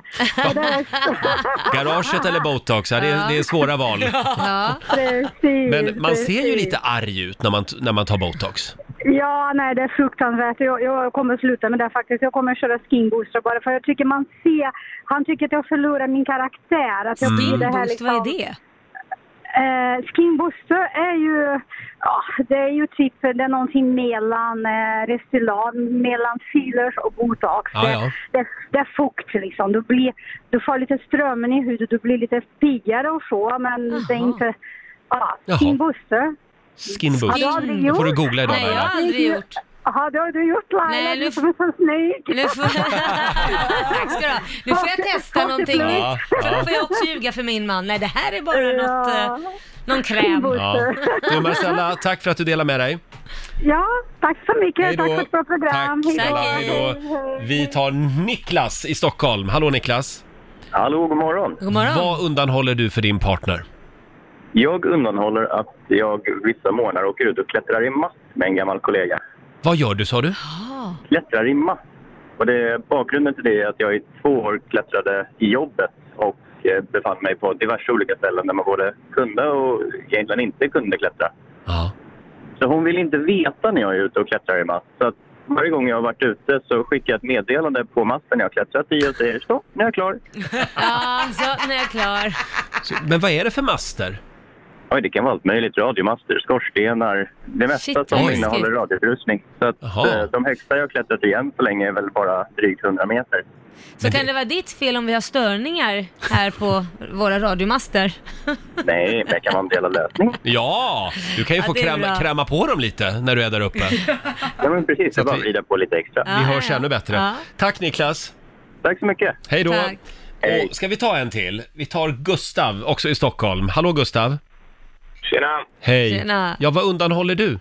Garaget eller botox, ja, det är svåra val. Ja. Precis, men man ser ju lite arg ut när man tar botox. Ja, nej, det är fruktansvärt. Jag kommer sluta med det faktiskt. Jag kommer köra skin booster bara för jag tycker man ser, han tycker att jag förlorar min karaktär. Att jag blir det här liksom, vad är det? Skin booster är ju, det är ju typ, det är någonting mellan Restylane, mellan fillers och botox. Det är fukt liksom. Du får lite strömmen i huvudet, du blir lite piggare och så, men det är inte, skin booster. Skin booster. Får du googla idag. Nej, jag har aldrig gjort. Jaha, det har du gjort, Laila. Nej, du som är så snygg. Tack ska du ha. Nu får jag testa någonting nytt. För då får jag också ljuga för min man. Nej, det här är bara någon kräm. Ja. Du Marcella, tack för att du delar med dig. Ja, tack så mycket. Hejdå. Tack för ett bra program. Tack. Hejdå. Vi tar Niklas i Stockholm. Hallå Niklas. Hallå, god morgon. God morgon. Vad undanhåller du för din partner? Jag undanhåller att jag vissa månader åker ut och klättrar i mast med en gammal kollega. Vad gör du, sa du? Klättrar i mast. Och bakgrunden till det är att jag i 2 år klättrade i jobbet och befann mig på diverse olika ställen där man både kunde och egentligen inte kunde klättra. Ja. Så hon vill inte veta när jag är ute och klättrar i mast. Så att varje gång jag har varit ute så skickar jag ett meddelande på masten jag har klättrat i och säger stopp, nu är jag klar. Ja, så nu är jag klar. Men vad är det för master? Oj, det kan vara allt möjligt. Radiomaster, skorstenar, det mesta som innehåller radioutrustning. Så att de högsta jag har klättrat igen så länge är väl bara drygt 100 meter. Så kan det vara ditt fel om vi har störningar här på våra radiomaster? Nej, men det kan vara en del av lösning. Ja, du kan ju få kräma på dem lite när du är där uppe. Ja, men precis. Så jag bara vrida på lite extra. Vi hörs ännu bättre. Ja. Tack Niklas. Tack så mycket. Hej då. Tack. Och ska vi ta en till? Vi tar Gustav, också i Stockholm. Hallå Gustav. Tjena. Hej. Tjena. Ja, vad undanhåller du?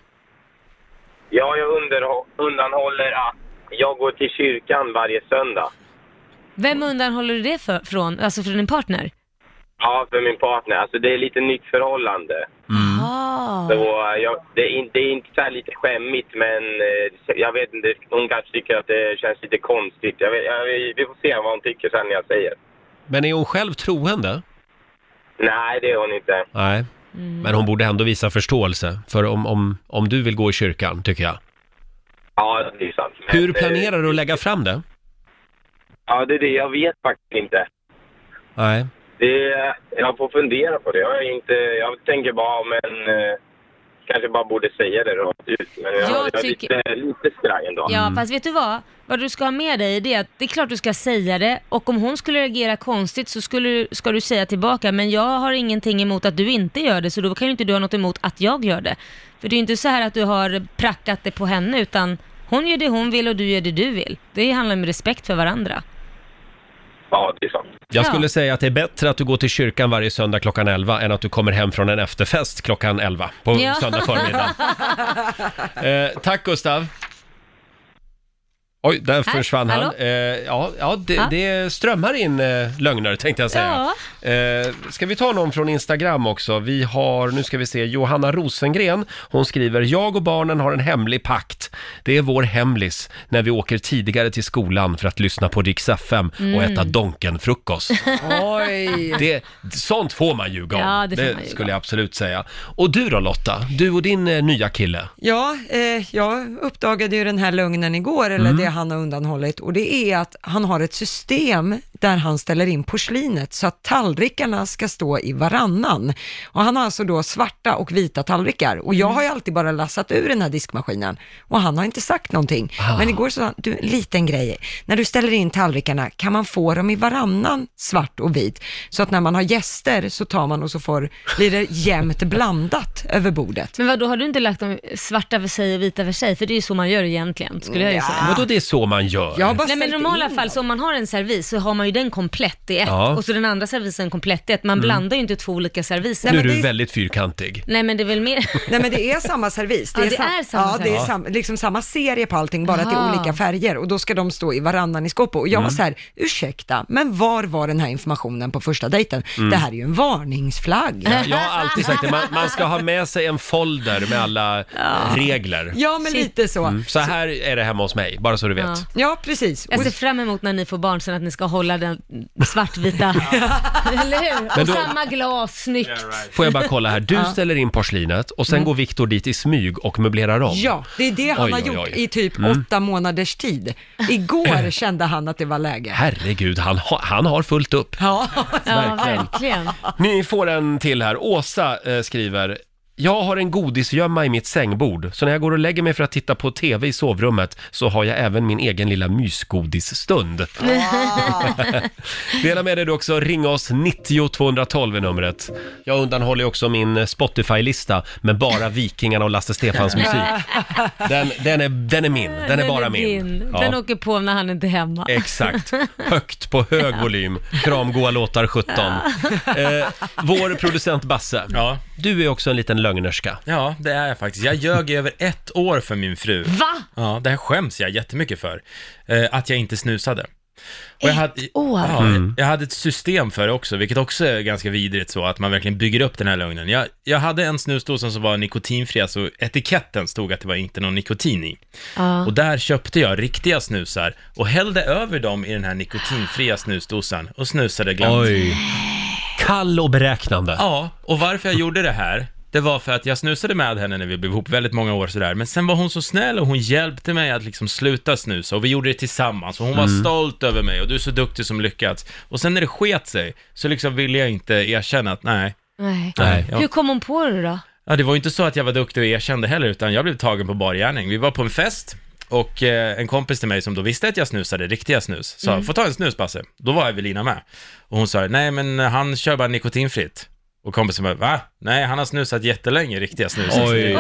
Ja, jag undanhåller att jag går till kyrkan varje söndag. Vem undanhåller du det från? Alltså från din partner? Ja, för min partner. Alltså det är lite nytt förhållande. Så det är inte så här lite skämmigt, men jag vet inte, hon kanske tycker att det känns lite konstigt. Vi får se vad hon tycker sen när jag säger. Men är hon själv troende? Nej, det är hon inte. Nej. Men hon borde ändå visa förståelse för om du vill gå i kyrkan, tycker jag. Ja, det är sant. Men, hur planerar du att lägga fram det? Ja, det är det. Jag vet faktiskt inte. Nej. Jag får fundera på det. Jag tänker bara, men kanske bara borde säga det rakt ut. Men jag tycker lite skraj ändå. Ja, fast vet du vad du ska ha med dig, det är att det är klart du ska säga det, och om hon skulle reagera konstigt så ska du säga tillbaka, men jag har ingenting emot att du inte gör det, så då kan ju inte du ha något emot att jag gör det. För det är ju inte så här att du har prackat det på henne, utan hon gör det hon vill och du gör det du vill. Det handlar om respekt för varandra. Ja, det är sant. Jag skulle säga att det är bättre att du går till kyrkan varje söndag klockan 11 än att du kommer hem från en efterfest klockan 11 på söndag förmiddag. Tack Gustav. Oj, där försvann han. Det strömmar in lögner, tänkte jag säga. Ja. Ska vi ta någon från Instagram också? Vi har, nu ska vi se, Johanna Rosengren. Hon skriver, jag och barnen har en hemlig pakt. Det är vår hemlis när vi åker tidigare till skolan för att lyssna på Rix FM och äta Donken-frukost. Oj! Sånt får man ljuga om. Ja, det skulle jag absolut säga. Och du då Lotta? Du och din nya kille? Ja, jag uppdagade ju den här lögnen igår, eller det han har undanhållit, och det är att han har ett system där han ställer in porslinet så att tallrikarna ska stå i varannan. Och han har alltså då svarta och vita tallrikar. Och jag har ju alltid bara lassat ur den här diskmaskinen. Och han har inte sagt någonting. Men igår så sa han, du, en liten grej. När du ställer in tallrikarna kan man få dem i varannan svart och vit. Så att när man har gäster så tar man och så blir det jämnt blandat över bordet. Men vadå, har du inte lagt dem svarta för sig och vita för sig? För det är ju så man gör egentligen, skulle jag ju säga. Vadå det är så man gör? Nej, men i normala fall, så om man har en servis så har man ju den komplett i ett, och så den andra servisen komplett i ett. Man blandar ju inte två olika serviser. Nu är du väldigt fyrkantig. Nej, men det är väl mer... Nej, men det är samma servis. Det är samma servis. Det är liksom samma serie på allting, bara till olika färger. Och då ska de stå i varannan i skåpet. Och jag var så här, ursäkta, men var var den här informationen på första dejten? Det här är ju en varningsflagg. Ja, jag har alltid sagt det, man ska ha med sig en folder med alla regler. Ja, men lite så. Så här är det hemma hos mig, bara så du vet. Ja, precis. Jag ser fram emot när ni får barn sen att ni ska hålla den svartvita. Eller hur? Och samma glas, snyggt. Får jag bara kolla här, du ställer in porslinet och sen går Viktor dit i smyg och möblerar om. Ja, det är det han har gjort i typ 8 månaders tid. Igår kände han att det var läge. Herregud, han har fullt upp. Ja, verkligen. Ni får en till här. Åsa skriver: jag har en godisgömma i mitt sängbord, så när jag går och lägger mig för att titta på tv i sovrummet så har jag även min egen lilla mysgodisstund. Dela med dig du också, ring oss 90 212 är numret. Jag undanhåller också min Spotify-lista med bara Vikingarna och Lasse Stefans musik. Den är min, den är bara min. Den åker på när han inte är hemma. Exakt, högt på hög volym. Kramgoa låtar 17. Vår producent Basse, du är också en liten lögnerska. Ja, det är jag faktiskt. Jag ljög över 1 år för min fru. Va? Ja, det här skäms jag jättemycket för. Att jag inte snusade. Och jag hade ett system för det också, vilket också är ganska vidrigt, så att man verkligen bygger upp den här lögnen. Jag hade en snusdosa som var nikotinfri, så etiketten stod att det var inte någon nikotin i. Och där köpte jag riktiga snusar och hällde över dem i den här nikotinfria snusdosan och snusade glatt. Oj. Kall och beräknande. Ja, och varför jag gjorde det här, det var för att jag snusade med henne när vi blev ihop väldigt många år sådär. Men sen var hon så snäll och hon hjälpte mig att liksom sluta snusa. Och vi gjorde det tillsammans. Och hon var stolt över mig. Och du är så duktig som lyckats. Och sen när det sket sig så liksom ville jag inte erkänna att nej. Hur kom hon på det då? Ja, det var ju inte så att jag var duktig och erkände heller. Utan jag blev tagen på bar gärning. Vi var på en fest. Och en kompis till mig som då visste att jag snusade, riktiga snus, sa, får ta en snus, Basse. Då var Evelina med. Och hon sa, nej men han kör bara nikotinfritt. Och kompisen bara, va? Nej, han har snusat jättelänge, riktiga snus. Oj.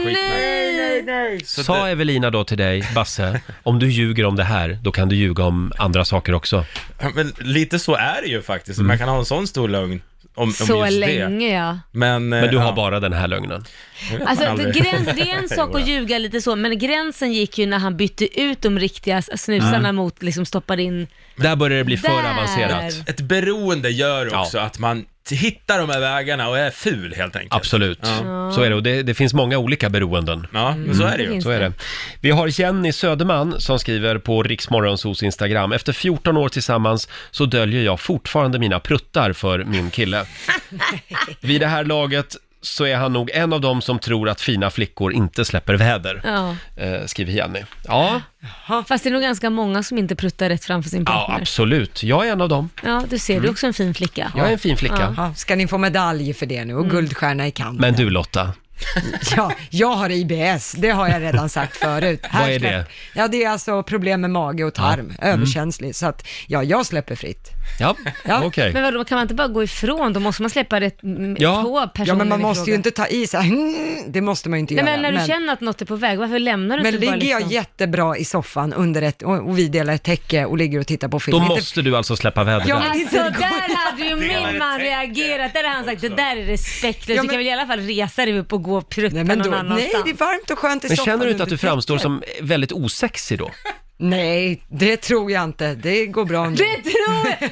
Nej. Sa Evelina då till dig, Basse, om du ljuger om det här, då kan du ljuga om andra saker också. Men lite så är det ju faktiskt. Man kan ha en sån stor lögn om så just länge, det. ja. Men du har bara den här lögnen. Alltså, det är en sak att ljuga lite så, men gränsen gick ju när han bytte ut de riktiga snusarna mot liksom stoppade in. Där börjar det bli för avancerat. Ett beroende gör också att man hittar de här vägarna och är ful helt enkelt. Absolut, så är det. Och det finns många olika beroenden. Ja, men så är det ju. Så är det. Vi har Jenny Söderman som skriver på Riksmorgonsos Instagram: efter 14 år tillsammans så döljer jag fortfarande mina pruttar för min kille. Vid det här laget så är han nog en av dem som tror att fina flickor inte släpper väder, skriver Jenny. Ja. Fast det är nog ganska många som inte pruttar rätt framför sin partner. Ja, absolut. Jag är en av dem. Ja, du ser, du är också en fin flicka. Jag är en fin flicka. Ja. Ska ni få medalj för det nu och guldstjärna i kanten? Men du Lotta? Ja, jag har IBS, det har jag redan sagt förut. Vad är det? Ja, det är alltså problem med mage och tarm, överkänslig, så att jag släpper fritt. Ja. Okej. Men vadå, kan man inte bara gå ifrån? Då måste man släppa rätt på personen. Ja, men man måste ju inte ta i så här, det måste man ju inte göra. Men när du känner att något är på väg, varför lämnar du men inte bara ligger jag jättebra i soffan under och vi delar ett täcke och ligger och tittar på film. Då måste du alltså släppa väder där. Alltså, där hade ju min man reagerat. Där har han sagt, det där är respektlöst. Du kan väl i alla fall resa dig upp och gå och prutta någon annanstans. Nej, det är varmt och skönt i soffan. Men känner du inte att du framstår som väldigt osexig då? Nej, det tror jag inte. Det går bra nu. Det tror jag!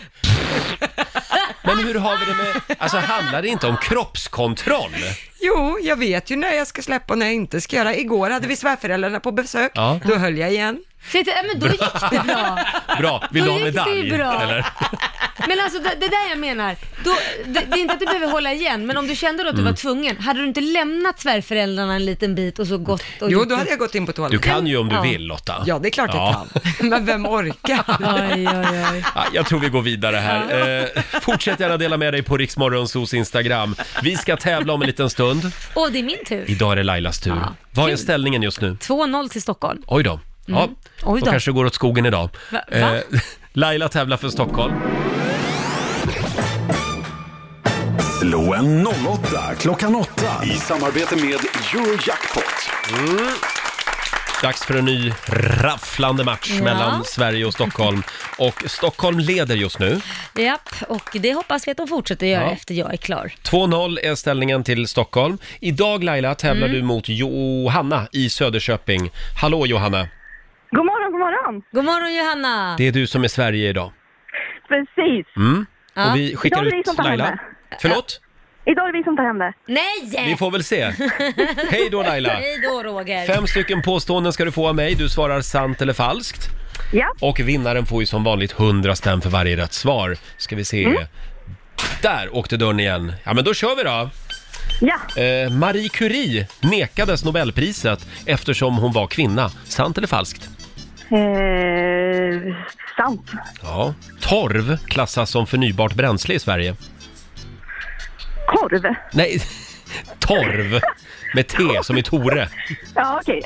Men hur har vi det med... Alltså, handlar det inte om kroppskontroll? Jo, jag vet ju när jag ska släppa och när jag inte ska göra. Igår hade vi svärföräldrarna på besök. Då höll jag igen. Men då gick det bra. Bra, vill du ha Då gick det medalj? ju bra. Eller? Men alltså det där jag menar, det är inte att du behöver hålla igen, men om du kände då att du var tvungen, hade du inte lämlat svärföräldrarna en liten bit och så gått och Jo, då hade jag gått in på toaletten. Du kan ju om du vill, Lotta. Ja, det är klart jag kan. Men vem orkar? Oj. Ja, jag tror vi går vidare här. Fortsätt gärna dela med dig på Riksmorgonsos Instagram. Vi ska tävla om en liten stund. Och det är min tur. Idag är det Lailas tur. Vad är ställningen just nu? 2-0 till Stockholm. Oj då. Ja, Oj då då. kanske det går åt skogen idag. Va? Laila tävlar för Stockholm. Slå en 08 klockan 8 i samarbete med Eurojackpot. Dags för en ny rafflande match mellan Sverige och Stockholm. Och Stockholm leder just nu. Japp, och det hoppas vi att de fortsätter göra efter jag är klar. 2-0 är ställningen till Stockholm. Idag, Laila, tävlar du mot Johanna i Söderköping. Hallå, Johanna. God morgon, god morgon. God morgon, Johanna. Det är du som är Sverige idag. Precis. Och vi skickar Idag är det vi ut som tar hem Laila. det. Förlåt? Idag är det vi som tar hem det. Nej! Vi får väl se. Hej då, Laila. Hej då, Roger. 5 stycken påståenden ska du få av mig. Du svarar sant eller falskt. Ja. Och vinnaren får ju som vanligt 100 spänn för varje rätt svar. Ska vi se. Där åkte dörren igen. Ja, men då kör vi då. Ja. Marie Curie nekades Nobelpriset eftersom hon var kvinna. Sant eller falskt? Sant. Ja. Torv klassas som förnybart bränsle i Sverige. Korv. Nej, torv. Med T som i Tore. Ja, okej.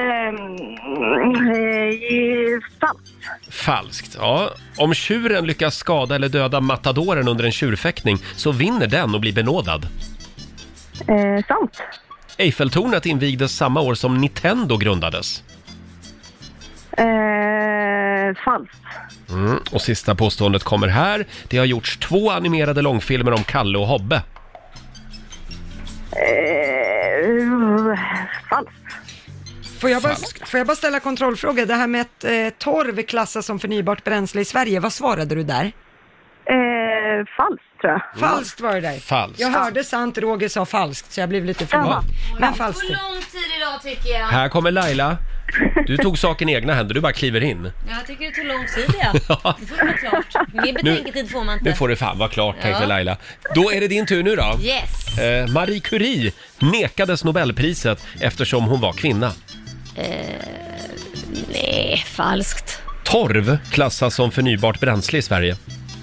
Falskt. Falskt, ja. Om tjuren lyckas skada eller döda matadoren under en tjurfäktning så vinner den och blir benådad. Sant. Eiffeltornet invigdes samma år som Nintendo grundades. Falskt. Och sista påståendet kommer här. Det har gjorts 2 animerade långfilmer om Kalle och Hobbe. Falskt. Får jag bara ställa kontrollfråga? Det här med att torv klassas som förnybart bränsle i Sverige, vad svarade du där? Falskt, tror jag. Falskt var det där. Falskt. Jag hörde sant, Roger sa falskt, så jag blev lite förvånad. Men falskt. Det tog lång tid idag tycker jag. Här kommer Laila. Du tog saken i egna händer, du bara kliver in. Jag tycker det tog lång tid, ja. Det får vara klart. Mer betänketid får man inte. Nu får det fan vara klart, tänkte Laila. Då är det din tur nu då. Yes. Marie Curie nekades Nobelpriset eftersom hon var kvinna. Nej, falskt. Torv klassas som förnybart bränsle i Sverige.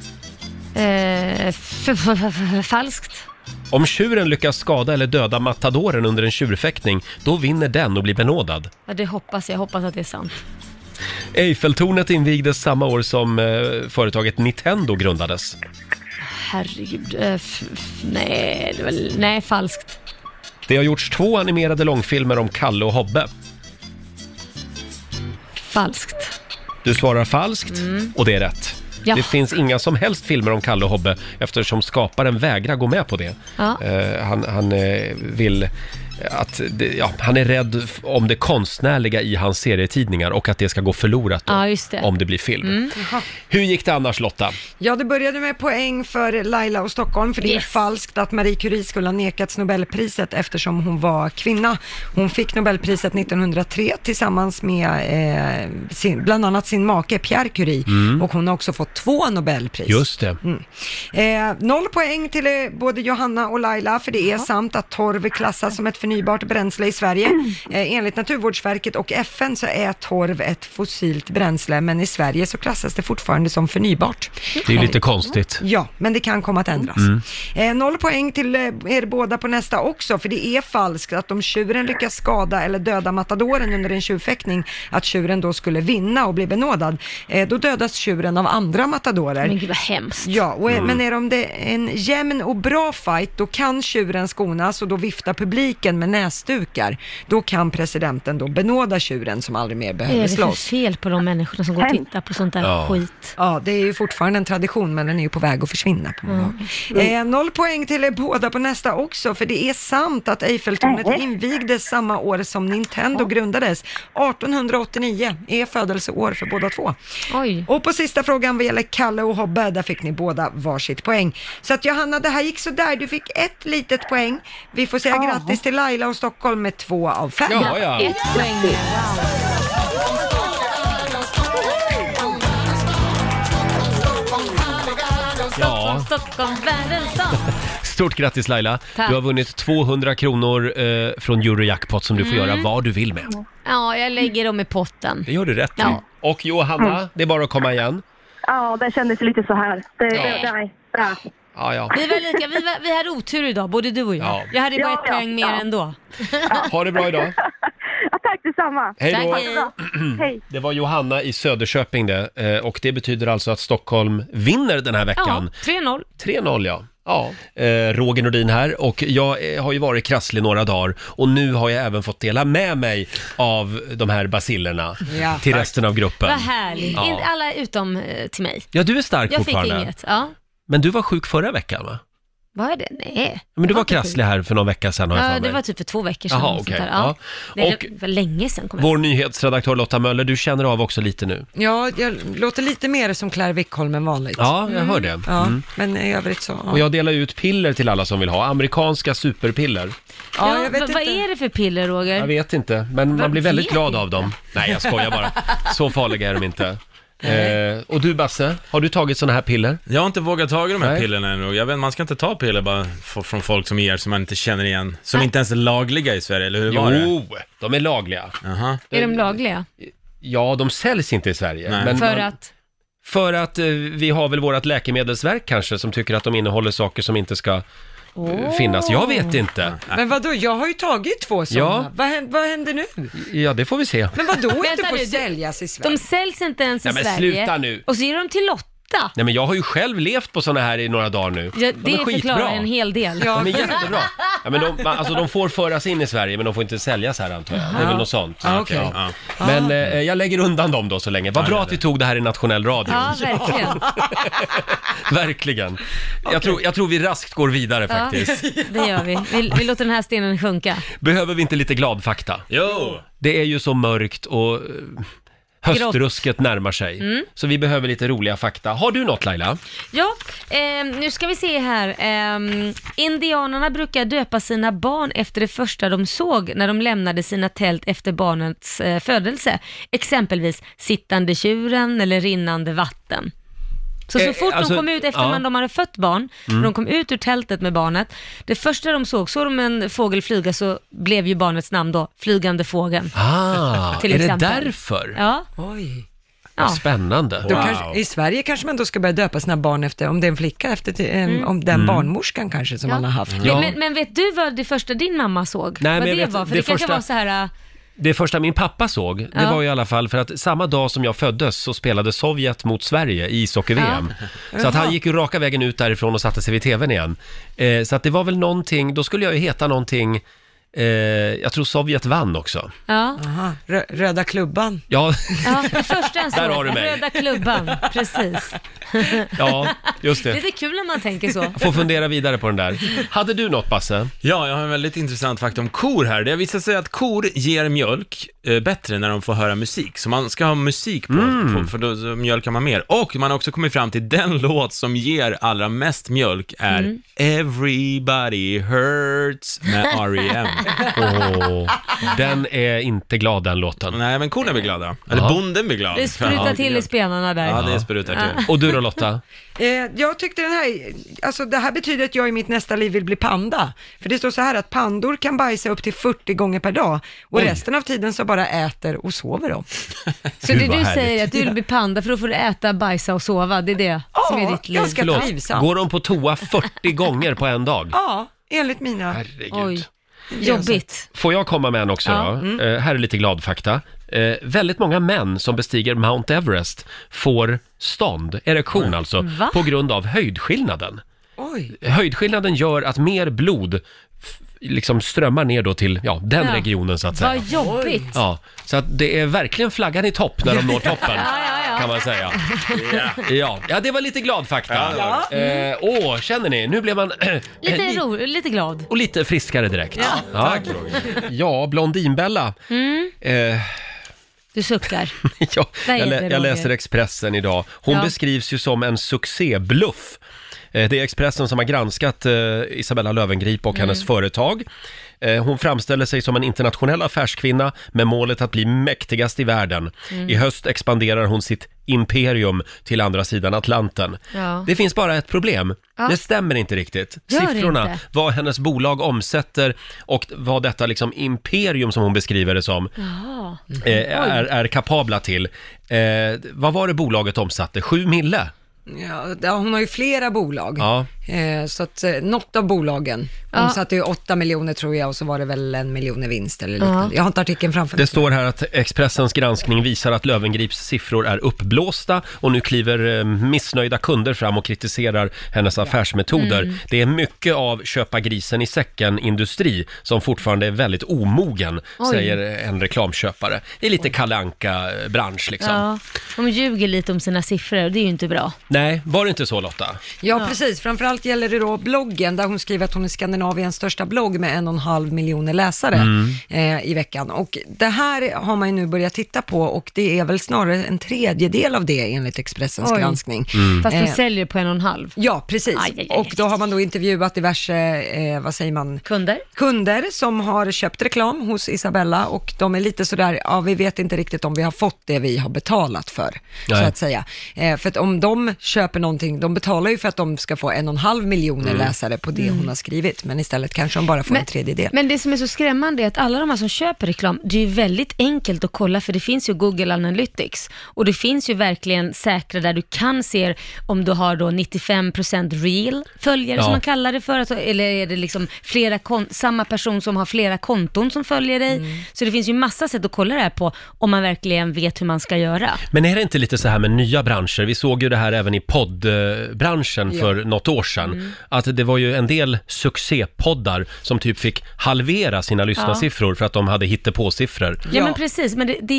Falskt. Om tjuren lyckas skada eller döda matadoren under en tjurfäktning, då vinner den och blir benådad. Ja, det hoppas jag. Hoppas att det är sant. Eiffeltornet invigdes samma år som företaget Nintendo grundades. Herregud. Nej, det var, nej, falskt. Det har gjorts 2 animerade långfilmer om Kalle och Hobbe. Falskt. Du svarar falskt och det är rätt. Ja. Det finns inga som helst filmer om Kalle och Hobbe eftersom skaparen vägrar gå med på det. Ja. Han vill att han är rädd om det konstnärliga i hans serietidningar och att det ska gå förlorat då, just det. om det blir film. Hur gick det annars, Lotta? Ja, det började med poäng för Laila och Stockholm, för det är falskt att Marie Curie skulle ha nekats Nobelpriset eftersom hon var kvinna. Hon fick Nobelpriset 1903 tillsammans med bland annat sin make Pierre Curie, och hon har också fått 2 Nobelpris. Just det. 0 poäng till både Johanna och Laila, för det är sant att torv klassas som ett förnybart bränsle i Sverige. Enligt Naturvårdsverket och FN så är torv ett fossilt bränsle, men i Sverige så klassas det fortfarande som förnybart. Det är lite konstigt. Ja, men det kan komma att ändras. 0 poäng till er båda på nästa också, för det är falskt att om tjuren lyckas skada eller döda matadoren under en tjurfäktning, att tjuren då skulle vinna och bli benådad. Då dödas tjuren av andra matadorer. Men gud vad hemskt. Ja, och men är det en jämn och bra fight, då kan tjuren skonas och då viftar publiken med näsdukar. Då kan presidenten då benåda tjuren som aldrig mer behöver slåss. Det är fel på de människorna som går och tittar på sånt där skit. Ja, det är ju fortfarande en tradition, men den är ju på väg att försvinna. 0 poäng till er båda på nästa också, för det är sant att Eiffeltornet invigdes samma år som Nintendo grundades. 1889 är födelseår för båda två. Oj. Och på sista frågan vad gäller Kalle och Hobbe, där fick ni båda varsitt poäng. Så att Johanna, det här gick så där. Du fick 1 litet poäng. Vi får säga grattis till Laila och Stockholm med 2 av 5. Ja. 1 poäng. Stockholm, Stockholm, världens stad. Stort grattis Laila. Tack. Du har vunnit 200 kronor från Eurojackpot som du får göra vad du vill med. Ja, jag lägger dem i potten. Det gör du rätt i. Ja. Och Johanna, det är bara att komma igen. Ja, det kändes lite så här. Nej. Ja. Vi var lika, vi hade otur idag, både du och jag. Ja. Jag hade bara ett poäng mer ändå. Ha det bra idag. Ja, tack detsamma. Hej då. Hej. Det var Johanna i Söderköping det. Och det betyder alltså att Stockholm vinner den här veckan. Ja, 3-0. 3-0 ja. Roger Nordin här och jag har ju varit krasslig några dagar och nu har jag även fått dela med mig av de här basillerna till resten av gruppen. Vad härligt. Ja. Alla utom till mig. Ja, du är stark fortfarande. Jag fick inget, ja. Men du var sjuk förra veckan va? Vad är det? Nej. Men du var krasslig här för någon vecka sedan har jag för mig. Det var typ för 2 veckor sedan. Jaha, okej. Ja. Och det var länge sedan. vår nyhetsredaktör Lotta Möller, du känner av också lite nu. Ja, jag låter lite mer som Claire Wickholm än vanligt. Ja, jag hör det. Ja, men i övrigt så... Ja. Och jag delar ut piller till alla som vill ha. Amerikanska superpiller. Ja, jag vet vad är det för piller, Roger? Jag vet inte, men man blir väldigt glad av dem. Nej, jag skojar bara. Så farliga är de inte. Och du Basse, har du tagit såna här piller? Jag har inte vågat ta de här pillerna ännu. Jag vet, man ska inte ta piller bara från folk som ger som man inte känner igen. Som inte ens är lagliga i Sverige, eller hur var det? Jo, de är lagliga. Är de lagliga? Ja, de säljs inte i Sverige. Nej. Men för att vi har väl vårt läkemedelsverk kanske som tycker att de innehåller saker som inte ska finnas. Jag vet inte. Men vadå, jag har ju tagit 2 sådana. Ja. Vad händer nu? Ja, det får vi se. Men vadå inte Vänta får nu, säljas i Sverige? De säljs inte ens i Nej, men Sverige. sluta nu. Och så ger de till Lotta. Nej, men jag har ju själv levt på såna här i några dagar nu. Ja, De är det skitbra. förklarar en hel del. Ja, men jättebra. Ja, men de får föras in i Sverige, men de får inte säljas här antar jag. Det är väl något sånt. Okej. Ja. Men jag lägger undan dem då så länge. Vad bra att vi tog det här i nationell radio. Ja, verkligen. Verkligen. Jag tror vi raskt går vidare faktiskt. Det gör vi. Vi låter den här stenen sjunka. Behöver vi inte lite glad fakta? Jo! Det är ju så mörkt och höstrusket närmar sig. Så vi behöver lite roliga fakta. Har du något Laila? Ja, nu ska vi se här. Indianerna brukar döpa sina barn efter det första de såg när de lämnade sina tält efter barnets födelse. Exempelvis sittande tjuren eller rinnande vatten. Så fort de kom ut efter de hade fött barn, de kom ut ur tältet med barnet, det första de såg de en fågel flyga, så blev ju barnets namn då Flygande fågeln. Är det därför? Ja. Oj. Vad spännande. Då kanske, i Sverige kanske man då ska börja döpa sina barn efter, om det är en flicka, efter om den barnmorskan kanske som man har haft. Ja. Men vet du vad det första din mamma såg? Nej, vad men det vet, var? För det kanske var så här... Det första min pappa såg, det var i alla fall för att samma dag som jag föddes så spelade Sovjet mot Sverige i ishockey-VM. Så att han gick ju raka vägen ut därifrån och satte sig vid tvn igen. Så att det var väl någonting, då skulle jag ju heta någonting, jag tror Sovjet vann också. Ja. Aha, röda klubban. Ja, det första en där har såg, du mig. Röda klubban, precis. Ja, just det. Det är kul när man tänker så. Jag får fundera vidare på den där. Hade du något, Basse? Ja, jag har en väldigt intressant fakta om kor här. Det har visat sig att kor ger mjölk bättre när de får höra musik. Så man ska ha musik på för då så mjölkar man mer. Och man har också kommit fram till den låt som ger allra mest mjölk är Everybody Hurts med R.E.M. Den är inte glad, den låten. Nej, men korna blir glada. Eller bonden blir glad. Det sprutar till i spenarna där. Ja, det sprutar till. Och du då Lotta? Jag tyckte den här, alltså det här betyder att jag i mitt nästa liv vill bli panda. För det står så här att pandor kan bajsa upp till 40 gånger per dag och resten av tiden så bara äter och sover de. Så det du säger är att du vill bli panda för då får du äta, bajsa och sova, det är det som är ditt liv. Ganska trivsamt. Går de på toa 40 gånger på en dag? Ja, enligt mina. Herregud. Oj, jobbigt. Får jag komma med en också då? Här är lite glad fakta. Väldigt många män som bestiger Mount Everest får stånd, erektion alltså, på grund av höjdskillnaden. Oj. Höjdskillnaden gör att mer blod liksom strömmar ner då till den regionen så att säga. Vad jobbigt. Ja, så att det är verkligen flaggan i topp när de når toppen. Kan man säga. Ja, det var lite glad fakta. Känner ni? Nu blev man lite glad. och lite friskare direkt. Tack. Ja, Blondinbella. Du suckar. Jag läser Expressen idag. Hon beskrivs ju som en succébluff. Det är Expressen som har granskat Isabella Löwengrip och hennes företag. Hon framställer sig som en internationell affärskvinna med målet att bli mäktigast i världen. I höst expanderar hon sitt imperium till andra sidan Atlanten. Ja. Det finns bara ett problem. Det stämmer inte riktigt. Siffrorna, vad hennes bolag omsätter och vad detta liksom imperium som hon beskriver det som är kapabla till. Vad var det bolaget omsatte? 7 mille? Ja, hon har ju flera bolag. Ja. Så att något av bolagen omsatte ju 8 miljoner tror jag, och så var det väl 1 miljon i vinst eller liknande. Jag har inte artikeln framför mig. Det står här att Expressens granskning visar att Lövengrips siffror är uppblåsta och nu kliver missnöjda kunder fram och kritiserar hennes affärsmetoder. Det är mycket av köpa grisen i säcken-industri som fortfarande är väldigt omogen, säger en reklamköpare. Det är lite Kalle Anka-bransch liksom. Ja, de ljuger lite om sina siffror och det är ju inte bra. Nej, var det inte så, Lotta? Ja, precis. Framförallt gäller det då bloggen där hon skriver att hon är Skandinaviens största blogg med 1,5 miljoner läsare i veckan. Och det här har man ju nu börjat titta på och det är väl snarare en tredjedel av det enligt Expressens granskning. Fast de säljer på 1,5. Ja, precis. Och då har man då intervjuat diverse, vad säger man? Kunder som har köpt reklam hos Isabella och de är lite sådär, vi vet inte riktigt om vi har fått det vi har betalat för, så att säga. För att om de köper någonting, de betalar ju för att de ska få 1,5 miljoner läsare på det hon har skrivit, men istället kanske de bara får en tredjedel. Men det som är så skrämmande är att alla de här som köper reklam, det är ju väldigt enkelt att kolla, för det finns ju Google Analytics och det finns ju verkligen säkra där du kan se om du har då 95% real följare som man kallar det för, eller är det liksom samma person som har flera konton som följer dig. Så det finns ju massa sätt att kolla det här på om man verkligen vet hur man ska göra. Men är det inte lite så här med nya branscher? Vi såg ju det här även i poddbranschen för något år sedan. Att det var ju en del succépoddar som typ fick halvera sina lyssnarsiffror för att de hade hittepåsiffror. Ja, men precis. Men det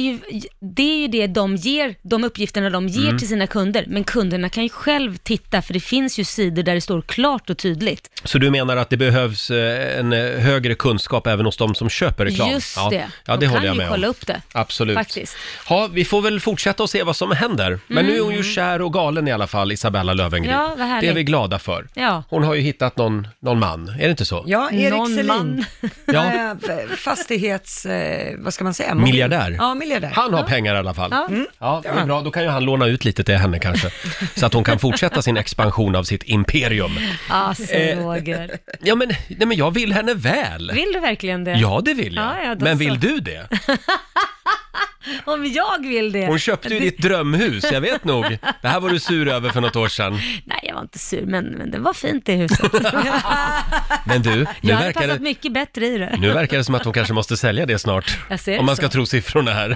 är ju det de ger, de uppgifterna de ger till sina kunder. Men kunderna kan ju själv titta, för det finns ju sidor där det står klart och tydligt. Så du menar att det behövs en högre kunskap även hos de som köper reklam? Just det. Ja, det håller jag med om. De kan ju kolla upp det. Absolut. Faktiskt. Ja, vi får väl fortsätta och se vad som händer. Men nu är hon ju kär och galen i alla fall, Isabella Löwengrip. Ja, vad härligt. Det är vi glada för. Ja. Hon har ju hittat någon man, är det inte så? Ja, Erik Selin. Ja. Fastighets, vad ska man säga? Miljardär. Ja, miljardär. Han har pengar i alla fall. Ja. Ja, det är bra. Då kan ju han låna ut lite till henne kanske. Så att hon kan fortsätta sin expansion av sitt imperium. Alltså, Roger. Ja, men jag vill henne väl. Vill du verkligen det? Ja, det vill jag. Ja, men vill du det? Om jag vill det. Hon köpte ju ditt drömhus, jag vet nog. Det här var du sur över för något år sedan. Nej, jag var inte sur, men det var fint i huset. Men du, jag hade passat mycket bättre i det. Nu verkar det som att hon kanske måste sälja det snart. Om man ska tro siffrorna här.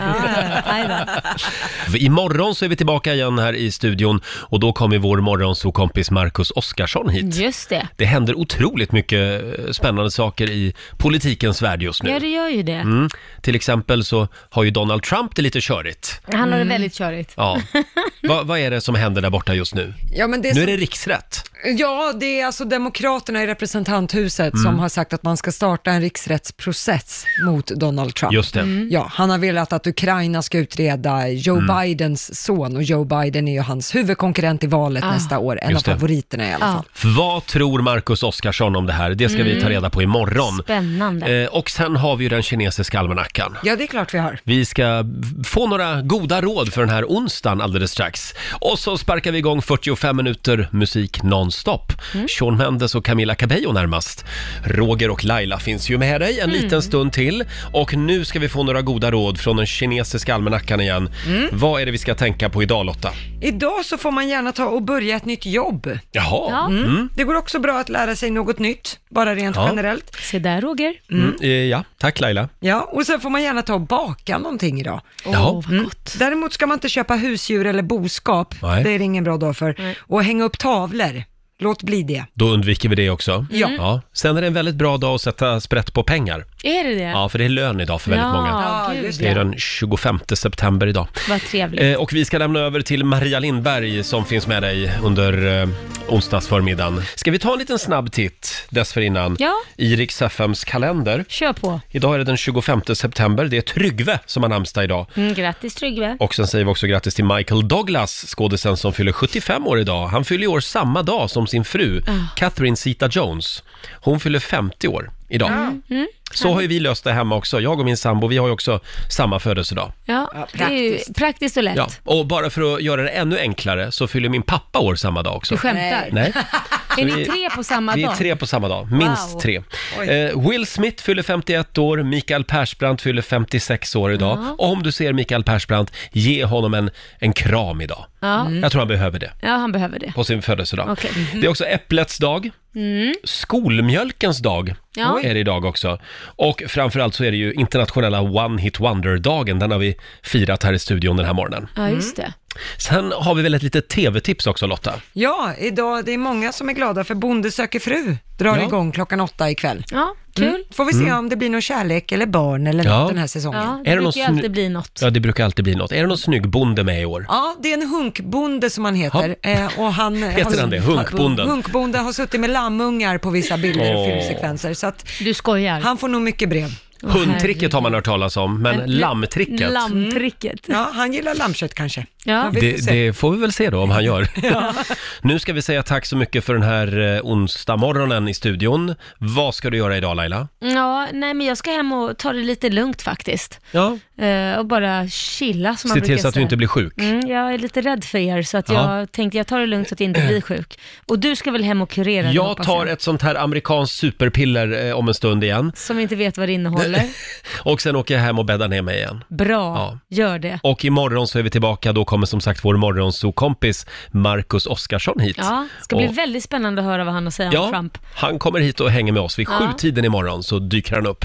Imorgon så är vi tillbaka igen här i studion och då kommer vår morgonsokompis Marcus Oskarsson hit. Just det. Det händer otroligt mycket spännande saker i politikens värld just nu. Ja, det gör ju det. Till exempel så har ju Donald Trump det lite körigt. Han har det väldigt körigt. Ja. Vad är det som händer där borta just nu? Ja, men nu är det riksrätt. Ja, det är alltså Demokraterna i representanthuset som har sagt att man ska starta en riksrättsprocess mot Donald Trump. Just det. Ja, han har velat att Ukraina ska utreda Joe Bidens son, och Joe Biden är ju hans huvudkonkurrent i valet nästa år. En av favoriterna i alla fall. Vad tror Marcus Oskarsson om det här? Det ska vi ta reda på imorgon. Spännande. Och sen har vi ju den kinesiska almanackan. Ja, det är klart vi har. Vi ska få några goda råd för den här onsdagen alldeles strax. Och så sparkar vi igång 45 minuter musik nonstop. Shawn Mendes och Camila Cabello närmast. Roger och Laila finns ju med dig en liten stund till. Och nu ska vi få några goda råd från den kinesiska almanackan igen. Vad är det vi ska tänka på idag, Lotta? Idag så får man gärna ta och börja ett nytt jobb. Jaha. Det går också bra att lära sig något nytt, bara rent generellt. Se där, Roger. Ja, tack Laila. Ja, och sen får man gärna ta och baka någonting idag. Vad gott. Däremot ska man inte köpa husdjur eller boskap. Nej. Det är det ingen bra dag för. Och hänga upp tavlor. Låt bli det. Då undviker vi det också. Ja. Sen är det en väldigt bra dag att sätta sprätt på pengar. Är det det? Ja, för det är lön idag för väldigt många. Ja, Det är den 25 september idag. Vad trevligt. Och vi ska lämna över till Maria Lindberg som finns med dig under onsdagsförmiddagen. Ska vi ta en liten snabb titt dessförinnan i Rix FMs kalender? Kör på. Idag är det den 25 september. Det är Tryggve som har namnsdag idag. Grattis Tryggve. Och sen säger vi också grattis till Michael Douglas, skådisen som fyller 75 år idag. Han fyller i år samma dag som sin fru, Catherine Zeta-Jones. Hon fyller 50 år idag. Så har ju vi löst det hemma också. Jag och min sambo, vi har ju också samma födelsedag. Ja, det är ju praktiskt och lätt. Ja, och bara för att göra det ännu enklare så fyller min pappa år samma dag också. Du skämtar? Nej. Är ni 3 på samma dag? Vi är 3 på samma dag, minst 3. Will Smith fyller 51 år, Mikael Persbrandt fyller 56 år idag. Och om du ser Mikael Persbrandt, ge honom en kram idag. Jag tror han behöver det. Ja, han behöver det. På sin födelsedag. Okay. Det är också äpplets dag. Skolmjölkens dag är det idag också. Och framförallt så är det ju internationella One Hit Wonder-dagen. Den har vi firat här i studion den här morgonen. Ja, just det. Sen har vi väl ett litet tv-tips också, Lotta. Ja, idag det är många som är glada för Bonde söker fru. Drar igång 8:00 ikväll. Ja, kul. Får vi se om det blir någon kärlek eller barn eller något den här säsongen. Ja, det brukar ju alltid bli något. Ja, det brukar alltid bli något. Är det någon snygg bonde med i år? Ja, det är en hunkbonde som han heter. Och han heter han det? Hunkbonden? Hunkbonde har suttit med lammungar på vissa bilder och filmsekvenser. Så att du skojar. Han får nog mycket brev. Hundtricket har man hört talas om, men lammtricket? Lammtricket. Ja, han gillar lammkött kanske. Ja. Det får vi väl se då om han gör. Nu ska vi säga tack så mycket för den här onsdag morgonen i studion. Vad ska du göra idag, Laila? Ja, nej men jag ska hem och ta det lite lugnt faktiskt. Ja. Och bara chilla som man Se brukar till så att du inte blir sjuk. Jag är lite rädd för er så att jag tänkte jag tar det lugnt så att jag inte blir sjuk. Och du ska väl hem och kurera? Jag tar ett sånt här amerikanskt superpiller om en stund igen. Som inte vet vad det innehåller. Och sen åker jag hem och bäddar ner mig igen. Bra, gör det. Och imorgon så är vi tillbaka, då kommer som sagt vår morgonsokompis Marcus Oskarsson hit. Ja, det ska bli väldigt spännande att höra vad han har att säga om Trump. Han kommer hit och hänger med oss vid 7-tiden imorgon, så dyker han upp.